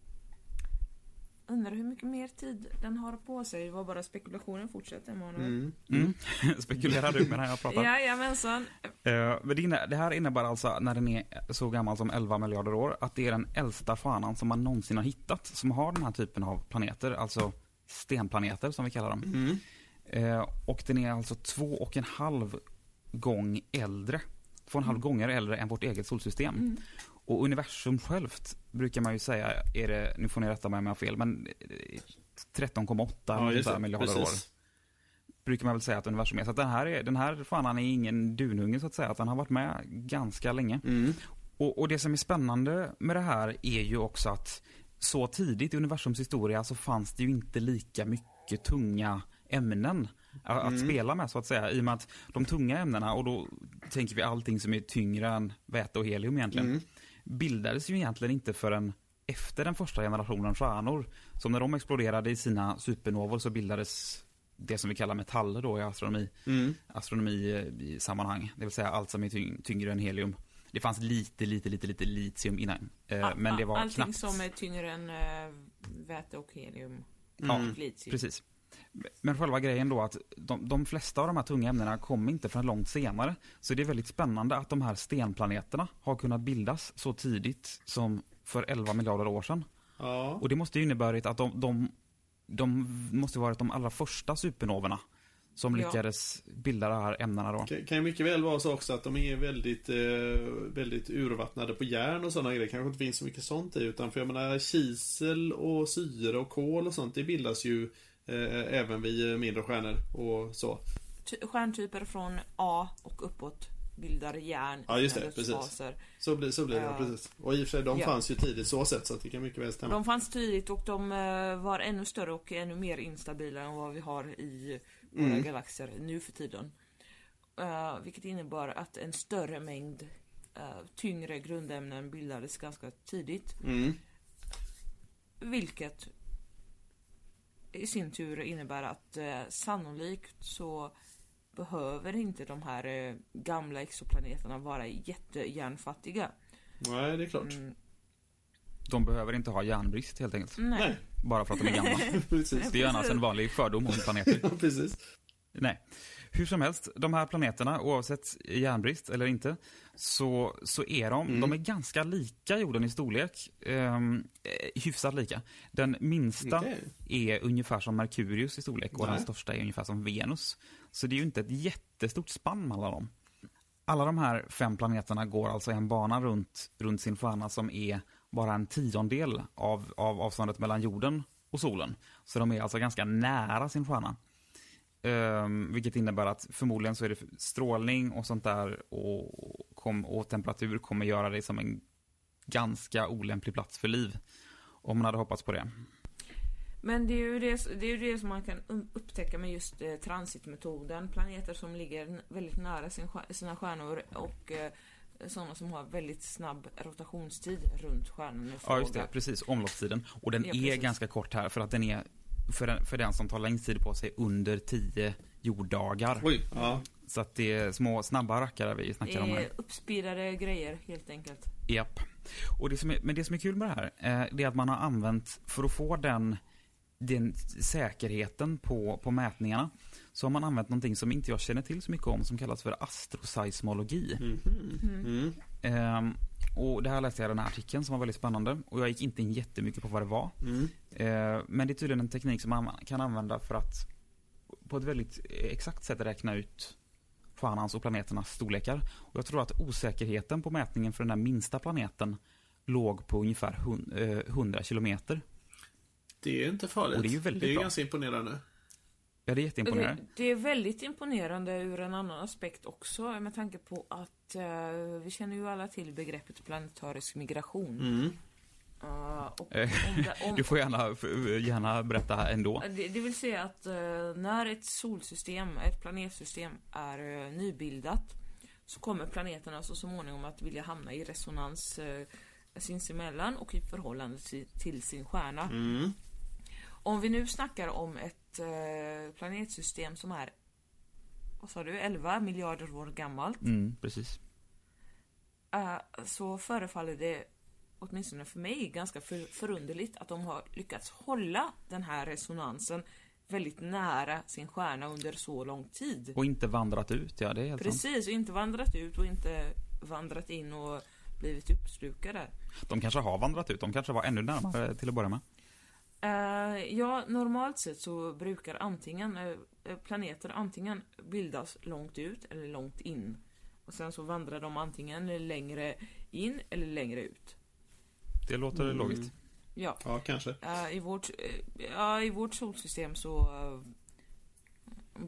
undrar hur mycket mer tid den har på sig. Det var bara spekulationen fortsätter, Emanuel. Mm. Mm. Spekulerar du medan jag pratar? Jajamensan. Eh, men det, inne, det här innebär alltså, när den är så gammal som elva miljarder år, att det är den äldsta stjärnan som man någonsin har hittat som har den här typen av planeter, alltså stenplaneter som vi kallar dem. Mm. Eh, och den är alltså två och en halv gång äldre. Två och en halv gånger äldre än vårt eget solsystem. Mm. Och universum självt brukar man ju säga, är det, nu får ni rätta mig om jag har fel, men tretton komma åtta Ja, just det. miljarder Precis. år brukar man väl säga att universum är. Så att den här, är, den här stjärnan är ingen dununge så att säga, att den har varit med ganska länge. Mm. Och, och det som är spännande med det här är ju också att så tidigt i universums historia så fanns det ju inte lika mycket tunga ämnen att, att Mm. spela med så att säga. I och med att de tunga ämnena, och då tänker vi allting som är tyngre än väte och helium egentligen, Mm. bildades ju egentligen inte förrän efter den första generationen stjärnor. Så när de exploderade i sina supernovor så bildades det som vi kallar metaller då i astronomi, Mm. astronomi eh, i sammanhang. Det vill säga allt som är tyng- tyngre än helium. Det fanns lite, lite, lite, lite litium innan. Eh, Ah, men det var allting knappt. som är tyngre än äh, väte och helium. Ja, Och litium. precis. Men själva grejen då att de, de flesta av de här tunga ämnena kom inte förrän långt senare. Så det är väldigt spännande att de här stenplaneterna har kunnat bildas så tidigt som för elva miljarder år sedan. Ja. Och det måste ju inneburit att de, de de måste ha varit de allra första supernovorna som Ja. lyckades bilda de här ämnena då. Det kan ju mycket väl vara så också att de är väldigt, eh, väldigt urvattnade på järn och sådana grejer. Det kanske inte finns så mycket sånt i, utan för jag menar kisel och syre och kol och sånt, det bildas ju eh, även vid mindre stjärnor och så. Ty- Stjärntyper från A och uppåt bildar järn Ja, just i sina det, precis. dödsfaser. Så blir, så blir det, Ja. precis. Och i och för sig, de Ja. fanns ju tidigt så sett, så att det kan mycket väl stämma. De fanns tidigt och de eh, var ännu större och ännu mer instabila än vad vi har i våra Mm. galaxer nu för tiden. Eh, vilket innebar att en större mängd eh, tyngre grundämnen bildades ganska tidigt. Mm. Vilket i sin tur innebär att eh, sannolikt så behöver inte de här eh, gamla exoplaneterna vara jättejärnfattiga. Nej, det är klart. Mm, De behöver inte ha järnbrist helt enkelt. nej. Nej, Bara för att de är gamla. precis. Det är ju annars en vanlig fördom om planeter. Ja, precis. Nej. Hur som helst, de här planeterna, oavsett järnbrist eller inte, så, så är de, Mm. de är ganska lika jorden i storlek. Um, hyfsat lika. Den minsta Okej. är ungefär som Merkurius i storlek och Nej. den största är ungefär som Venus. Så det är ju inte ett jättestort spann mellan dem. Alla de här fem planeterna går alltså en bana runt, runt sin stjärna som är bara en tiondel av, av avståndet mellan jorden och solen. Så de är alltså ganska nära sin stjärna. Um, vilket innebär att förmodligen så är det strålning och sånt där och, kom, och temperatur kommer göra det som en ganska olämplig plats för liv. Om man hade hoppats på det. Men det är ju det, det, är ju det som man kan um- upptäcka med just eh, transitmetoden. Planeter som ligger n- väldigt nära sin, stjär- sina stjärnor och eh, sådana som har väldigt snabb rotationstid runt stjärnan. Ja, just det. Precis. Omloppstiden. Och den Ja, är precis. ganska kort här för att den är för den, för den som tar längst tid på sig under tio jorddagar. Oj, ja. Så att det är små snabba rackare vi Det snackar om här. är uppspeedade grejer helt enkelt. Japp. Och det som är, men det som är kul med det här eh, det är att man har använt för att få den, den säkerheten på, på mätningarna, så har man använt någonting som inte jag känner till så mycket om som kallas för astroseismologi. Mhm. Mm. Ehm, och det här läste jag i den här artikeln som var väldigt spännande och jag gick inte in jättemycket på vad det var. Mm. Ehm, men det är tydligen en teknik som man kan använda för att på ett väldigt exakt sätt räkna ut stjärnans och planeternas storlekar. Och jag tror att osäkerheten på mätningen för den här minsta planeten låg på ungefär hundra kilometer. Det är inte farligt. Och det är ju väldigt det är bra. ganska imponerande. Ja, det är jätteimponerande. Det, det är väldigt imponerande ur en annan aspekt också, med tanke på att eh, vi känner ju alla till begreppet planetarisk migration. Mm. Uh, och Eh, om det, om, Du får gärna, gärna berätta ändå. det, det vill säga att eh, när ett solsystem, ett planetsystem är eh, nybildat, så kommer planeterna så småningom att vilja hamna i resonans eh, sinsemellan och i förhållande till, till sin stjärna. Mm. Om vi nu snackar om ett eh, planetsystem som är, vad sa du, elva miljarder år gammalt, Mm, precis. eh, så förefaller det, åtminstone för mig, ganska för, förunderligt att de har lyckats hålla den här resonansen väldigt nära sin stjärna under så lång tid. Och inte vandrat ut, ja det är helt sant. Precis, och inte vandrat ut och inte vandrat in och blivit uppslukade. De kanske har vandrat ut, de kanske var ännu närmare till att börja med. Uh, ja, normalt sett så brukar antingen uh, planeter antingen bildas långt ut eller långt in. Och sen så vandrar de antingen längre in eller längre ut. Det låter Mm. logiskt. Ja, Ja, kanske. uh, i, vårt, uh, ja, i vårt solsystem så uh,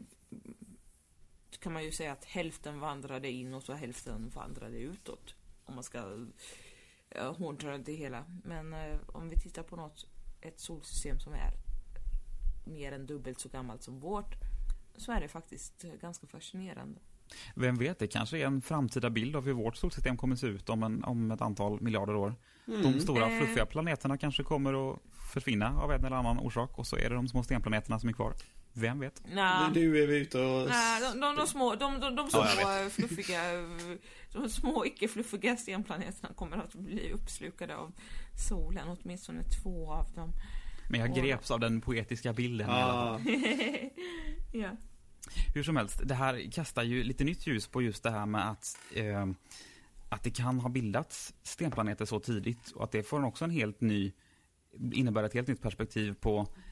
kan man ju säga att hälften vandrade inåt och hälften vandrade utåt. Om man ska uh, hårdra det hela. Men uh, om vi tittar på något, ett solsystem som är mer än dubbelt så gammalt som vårt, så är det faktiskt ganska fascinerande. Vem vet, det kanske är en framtida bild av hur vårt solsystem kommer se ut om, en, om ett antal miljarder år. Mm. De stora Eh. fluffiga planeterna kanske kommer att försvinna av en eller annan orsak och så är det de små stenplaneterna som är kvar. Vem vet? Nej, Nu är vi ute och... nej de, de, de små, de, de, de små Ja, jag fluffiga, de små icke-fluffiga stenplaneterna kommer att bli uppslukade av solen, åtminstone två av dem. Men jag Och- greps av den poetiska bilden i alla fall. Ah, Ja. Hur som helst, det här kastar ju lite nytt ljus på just det här med att, eh, att det kan ha bildats stenplaneter så tidigt och att det får också en helt ny, innebär ett helt nytt perspektiv på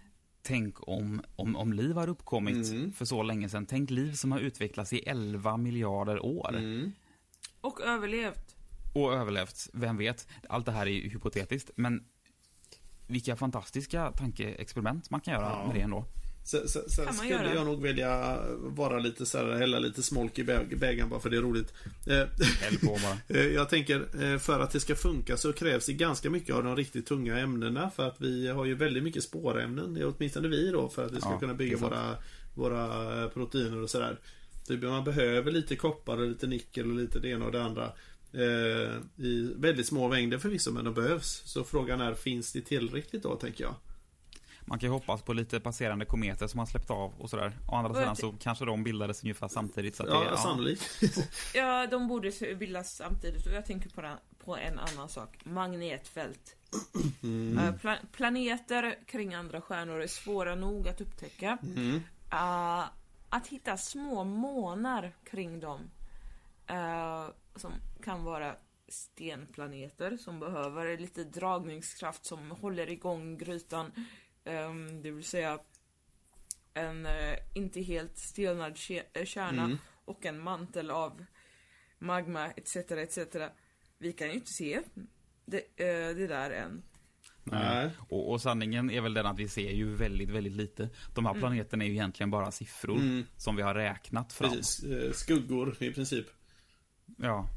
tänk om, om, om liv har uppkommit Mm. för så länge sedan. Tänk liv som har utvecklats i elva miljarder år. Mm. Och överlevt. Och överlevt, vem vet. Allt det här är ju hypotetiskt, men vilka fantastiska tankeexperiment man kan göra Ja. med det ändå. Sen, sen, sen man skulle göra? jag nog vilja vara lite så här, hälla lite smolk i bä- bägaren bara för det är roligt. Eh, Häll på bara. Eh, Jag tänker, eh, för att det ska funka så krävs det ganska mycket av de riktigt tunga ämnena. För att vi har ju väldigt mycket spårämnen, det är åtminstone vi då, för att vi ska Ja, kunna det bygga är sant. våra, våra eh, proteiner och sådär. Typ man behöver lite koppar och lite nickel och lite det ena och det andra. Eh, I väldigt små mängder förvisso, men de behövs. Så frågan är, finns det tillräckligt då, tänker jag? Man kan ju hoppas på lite passerande kometer som man släppt av och sådär. Å andra Och sidan jag så kanske de bildades ungefär samtidigt. Så att Ja, det, ja. sannolikt. Ja, de borde se- bildas samtidigt. Och jag tänker på, den, på en annan sak. Magnetfält. Mm. Eh, pla- planeter kring andra stjärnor är svåra nog att upptäcka. Mm. Eh, att hitta små månar kring dem. eh, som kan vara stenplaneter som behöver lite dragningskraft som håller igång grytan. Ehm, det vill säga en eh, inte helt stelnad ke- eh, kärna Mm. och en mantel av magma et cetera et cetera. Vi kan ju inte se det, eh, det där än. Nej. Och, och sanningen är väl den att vi ser ju väldigt, väldigt lite. De här planeterna är ju egentligen bara siffror Mm. som vi har räknat fram. Precis. Eh, Skuggor i princip. Ja,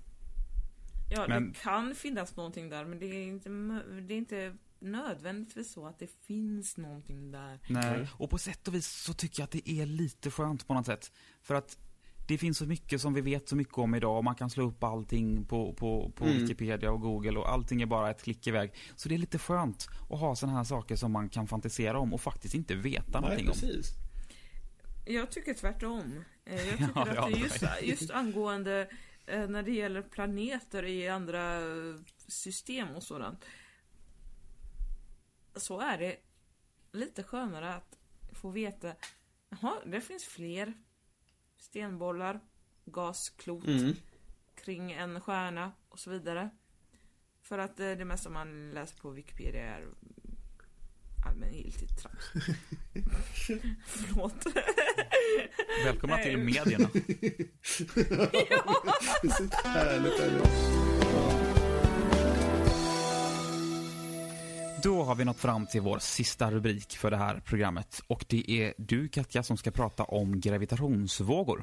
Ja, Men- det kan finnas någonting där, men det är inte, mö- det är inte nödvändigtvis så att det finns någonting där. nej. Nej. Och på sätt och vis så tycker jag att det är lite skönt på något sätt. För att det finns så mycket som vi vet så mycket om idag. Man kan slå upp allting på, på, på Mm. Wikipedia och Google och allting är bara ett klick iväg. Så det är lite skönt att ha såna här saker som man kan fantisera om och faktiskt inte veta Nej, någonting om. precis. Jag tycker tvärtom. Eh, Jag tycker Ja, att ja, det är just, nej. just angående eh, när det gäller planeter i andra eh, system och sådant, så är det lite skönare att få veta, jaha, det finns fler stenbollar, gasklot Mm. kring en stjärna och så vidare. För att eh, det mesta man läser på Wikipedia är allmängiltigt trams. Förlåt. Välkomna Nej. till medierna. Precis. Härligt, härligt. Då har vi nått fram till vår sista rubrik för det här programmet. Och det är du, Katja, som ska prata om gravitationsvågor.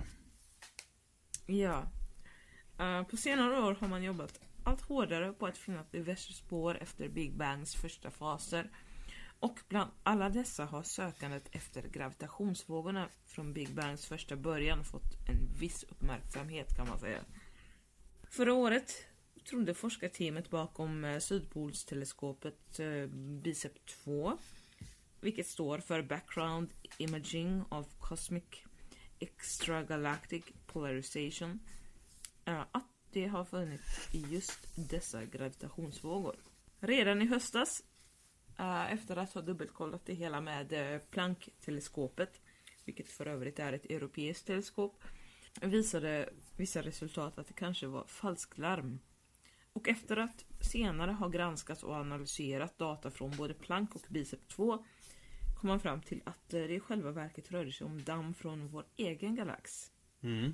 Ja. Eh, på senare år har man jobbat allt hårdare på att finna diverse spår efter Big Bangs första faser. Och bland alla dessa har sökandet efter gravitationsvågorna från Big Bangs första början fått en viss uppmärksamhet, kan man säga. Förra året trodde forskarteamet bakom eh, Sydpolsteleskopet eh, BICEP två, vilket står för Background Imaging of Cosmic Extragalactic Polarization, eh, att det har funnits i just dessa gravitationsvågor. Redan i höstas, eh, efter att ha dubbelkollat det hela med eh, Planck-teleskopet, vilket för övrigt är ett europeiskt teleskop, visade vissa resultat att det kanske var falsklarm. Och efter att senare ha granskat och analyserat data från både Planck och BICEP två kom man fram till att eh, det i själva verket rörde sig om damm från vår egen galax. Mm.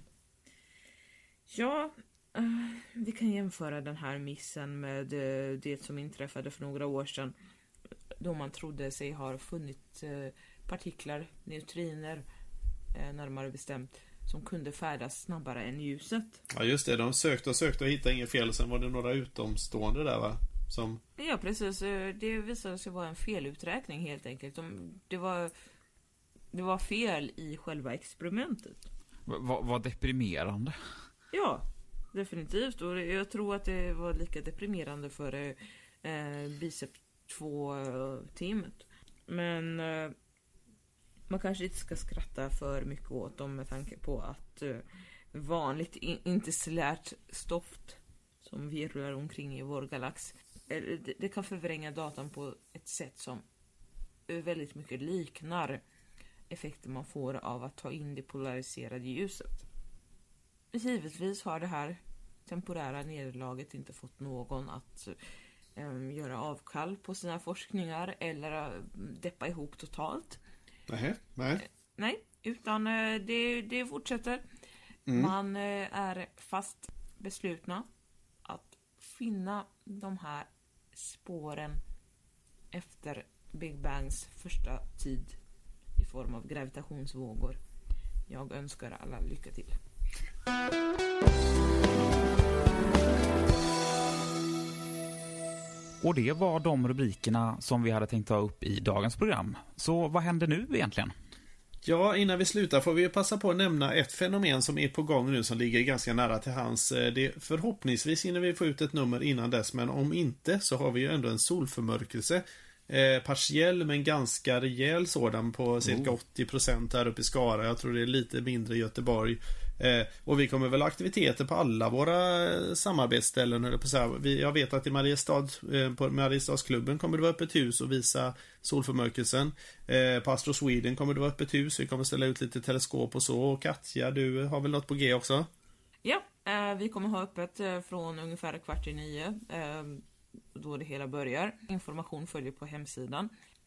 Ja, eh, vi kan jämföra den här missen med eh, det som inträffade för några år sedan, då man trodde sig ha funnit eh, partiklar, neutriner eh, närmare bestämt, som kunde färdas snabbare än ljuset. Ja, just det. De sökte och sökte och hittade inget fel. Sen var det några utomstående där, va? Som... Ja, precis. eh, Det visade sig vara en feluträkning helt enkelt. De, det, var, det var fel i själva experimentet. V- vad vad deprimerande. Ja, definitivt. Och det- jag tror att det var lika deprimerande för eh, eh, BICEP två-teamet. Men eh, man kanske inte ska skratta för mycket åt dem med tanke på att eh, vanligt in- interstellärt stoft som virvlar omkring i vår galax, eller det, det kan förvränga datan på ett sätt som eh, väldigt mycket liknar effekter man får av att ta in det polariserade ljuset. Givetvis har det här temporära nederlaget inte fått någon att um, göra avkall på sina forskningar eller uh, deppa ihop totalt. Nej, nej. Nej, utan eh, det, det fortsätter. Mm. Man eh, är fast beslutna att finna de här spåren efter Big Bangs första tid i form av gravitationsvågor. Jag önskar alla lycka till. Och det var de rubrikerna som vi hade tänkt ta upp i dagens program. Så vad händer nu egentligen? Ja, innan vi slutar får vi passa på att nämna ett fenomen som är på gång nu som ligger ganska nära till hands. Det förhoppningsvis hinner vi få ut ett nummer innan dess, men om inte så har vi ju ändå en solförmörkelse. Eh, partiell men ganska rejäl sådan på cirka Oh. åttio procent här uppe i Skara. Jag tror det är lite mindre i Göteborg. Eh, och vi kommer väl ha aktiviteter på alla våra samarbetsställen. Eller på så här. Vi, jag vet att i Mariestad, eh, på Mariestadsklubben kommer det vara öppet hus och visa solförmörkelsen. Eh, på Astro Sweden kommer det vara öppet hus. Vi kommer ställa ut lite teleskop och så. Och Katja, du har väl något på G också? Ja, eh, vi kommer ha öppet eh, från ungefär kvart i nio. Eh, då det hela börjar. Information följer på hemsidan.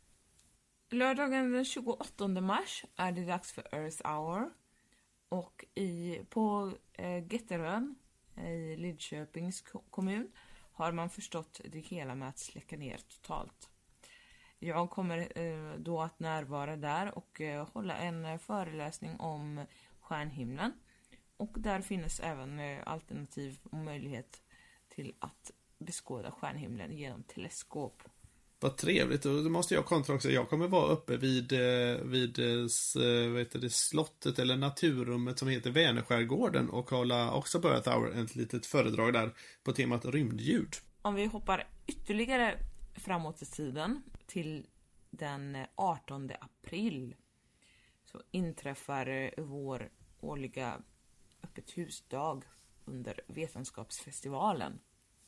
Lördagen den tjugoåttonde mars är det dags för Earth Hour. Och i, på eh, Getterön i Lidköpings kommun har man förstått det hela med att släcka ner totalt. Jag kommer eh, då att närvara där och eh, hålla en eh, föreläsning om stjärnhimlen. Och där finns även eh, alternativ och möjlighet till att beskåda stjärnhimlen genom teleskop. Vad trevligt, och då måste jag kontra också. Jag kommer vara uppe vid, vid vad heter det, slottet eller naturrummet som heter Vänerskärgården och hålla också på Earth Hour ett litet föredrag där på temat rymdljud. Om vi hoppar ytterligare framåt i tiden till den artonde april så inträffar vår årliga öppet husdag under Vetenskapsfestivalen.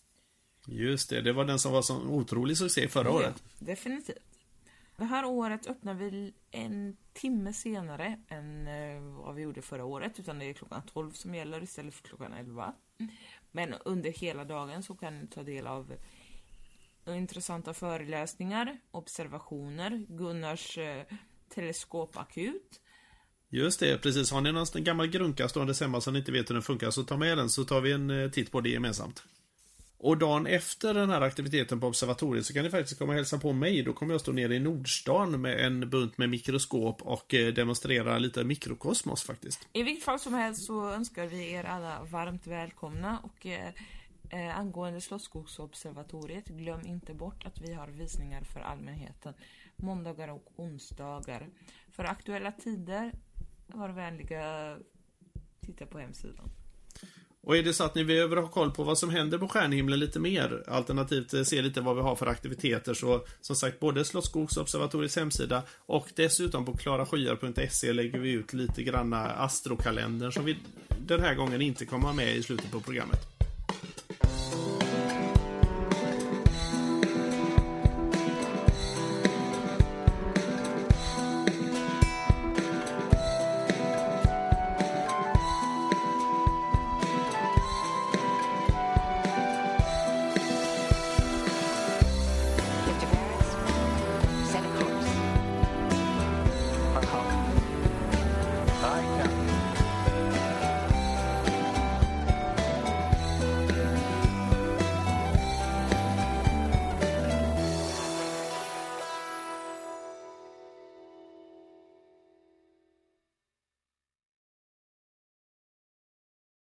Just det, det var den som var så otrolig succé förra året. Ja, definitivt. Det här året öppnar vi en timme senare än vad vi gjorde förra året, utan det är klockan tolv som gäller istället för klockan elva. Men under hela dagen så kan ni ta del av intressanta föreläsningar, observationer, Gunnars eh, teleskopakut. Just det, precis. Har ni någon gammal grunka stående hemma som ni inte vet hur den funkar, så ta med den så tar vi en titt på det gemensamt. Och dagen efter den här aktiviteten på observatoriet så kan ni faktiskt komma och hälsa på mig. Då kommer jag stå nere i Nordstan med en bunt med mikroskop och demonstrera lite mikrokosmos faktiskt. I vilket fall som helst så önskar vi er alla varmt välkomna och eh, eh, angående Slottsskogsobservatoriet, glöm inte bort att vi har visningar för allmänheten måndagar och onsdagar. För aktuella tider, var vänliga, titta på hemsidan. Och är det så att ni behöver ha koll på vad som händer på stjärnhimlen lite mer, alternativt se lite vad vi har för aktiviteter, så som sagt både Slottsskogsobservatoriets hemsida och dessutom på klaraskyar punkt se lägger vi ut lite granna astrokalendern som vi den här gången inte kommer med i slutet på programmet.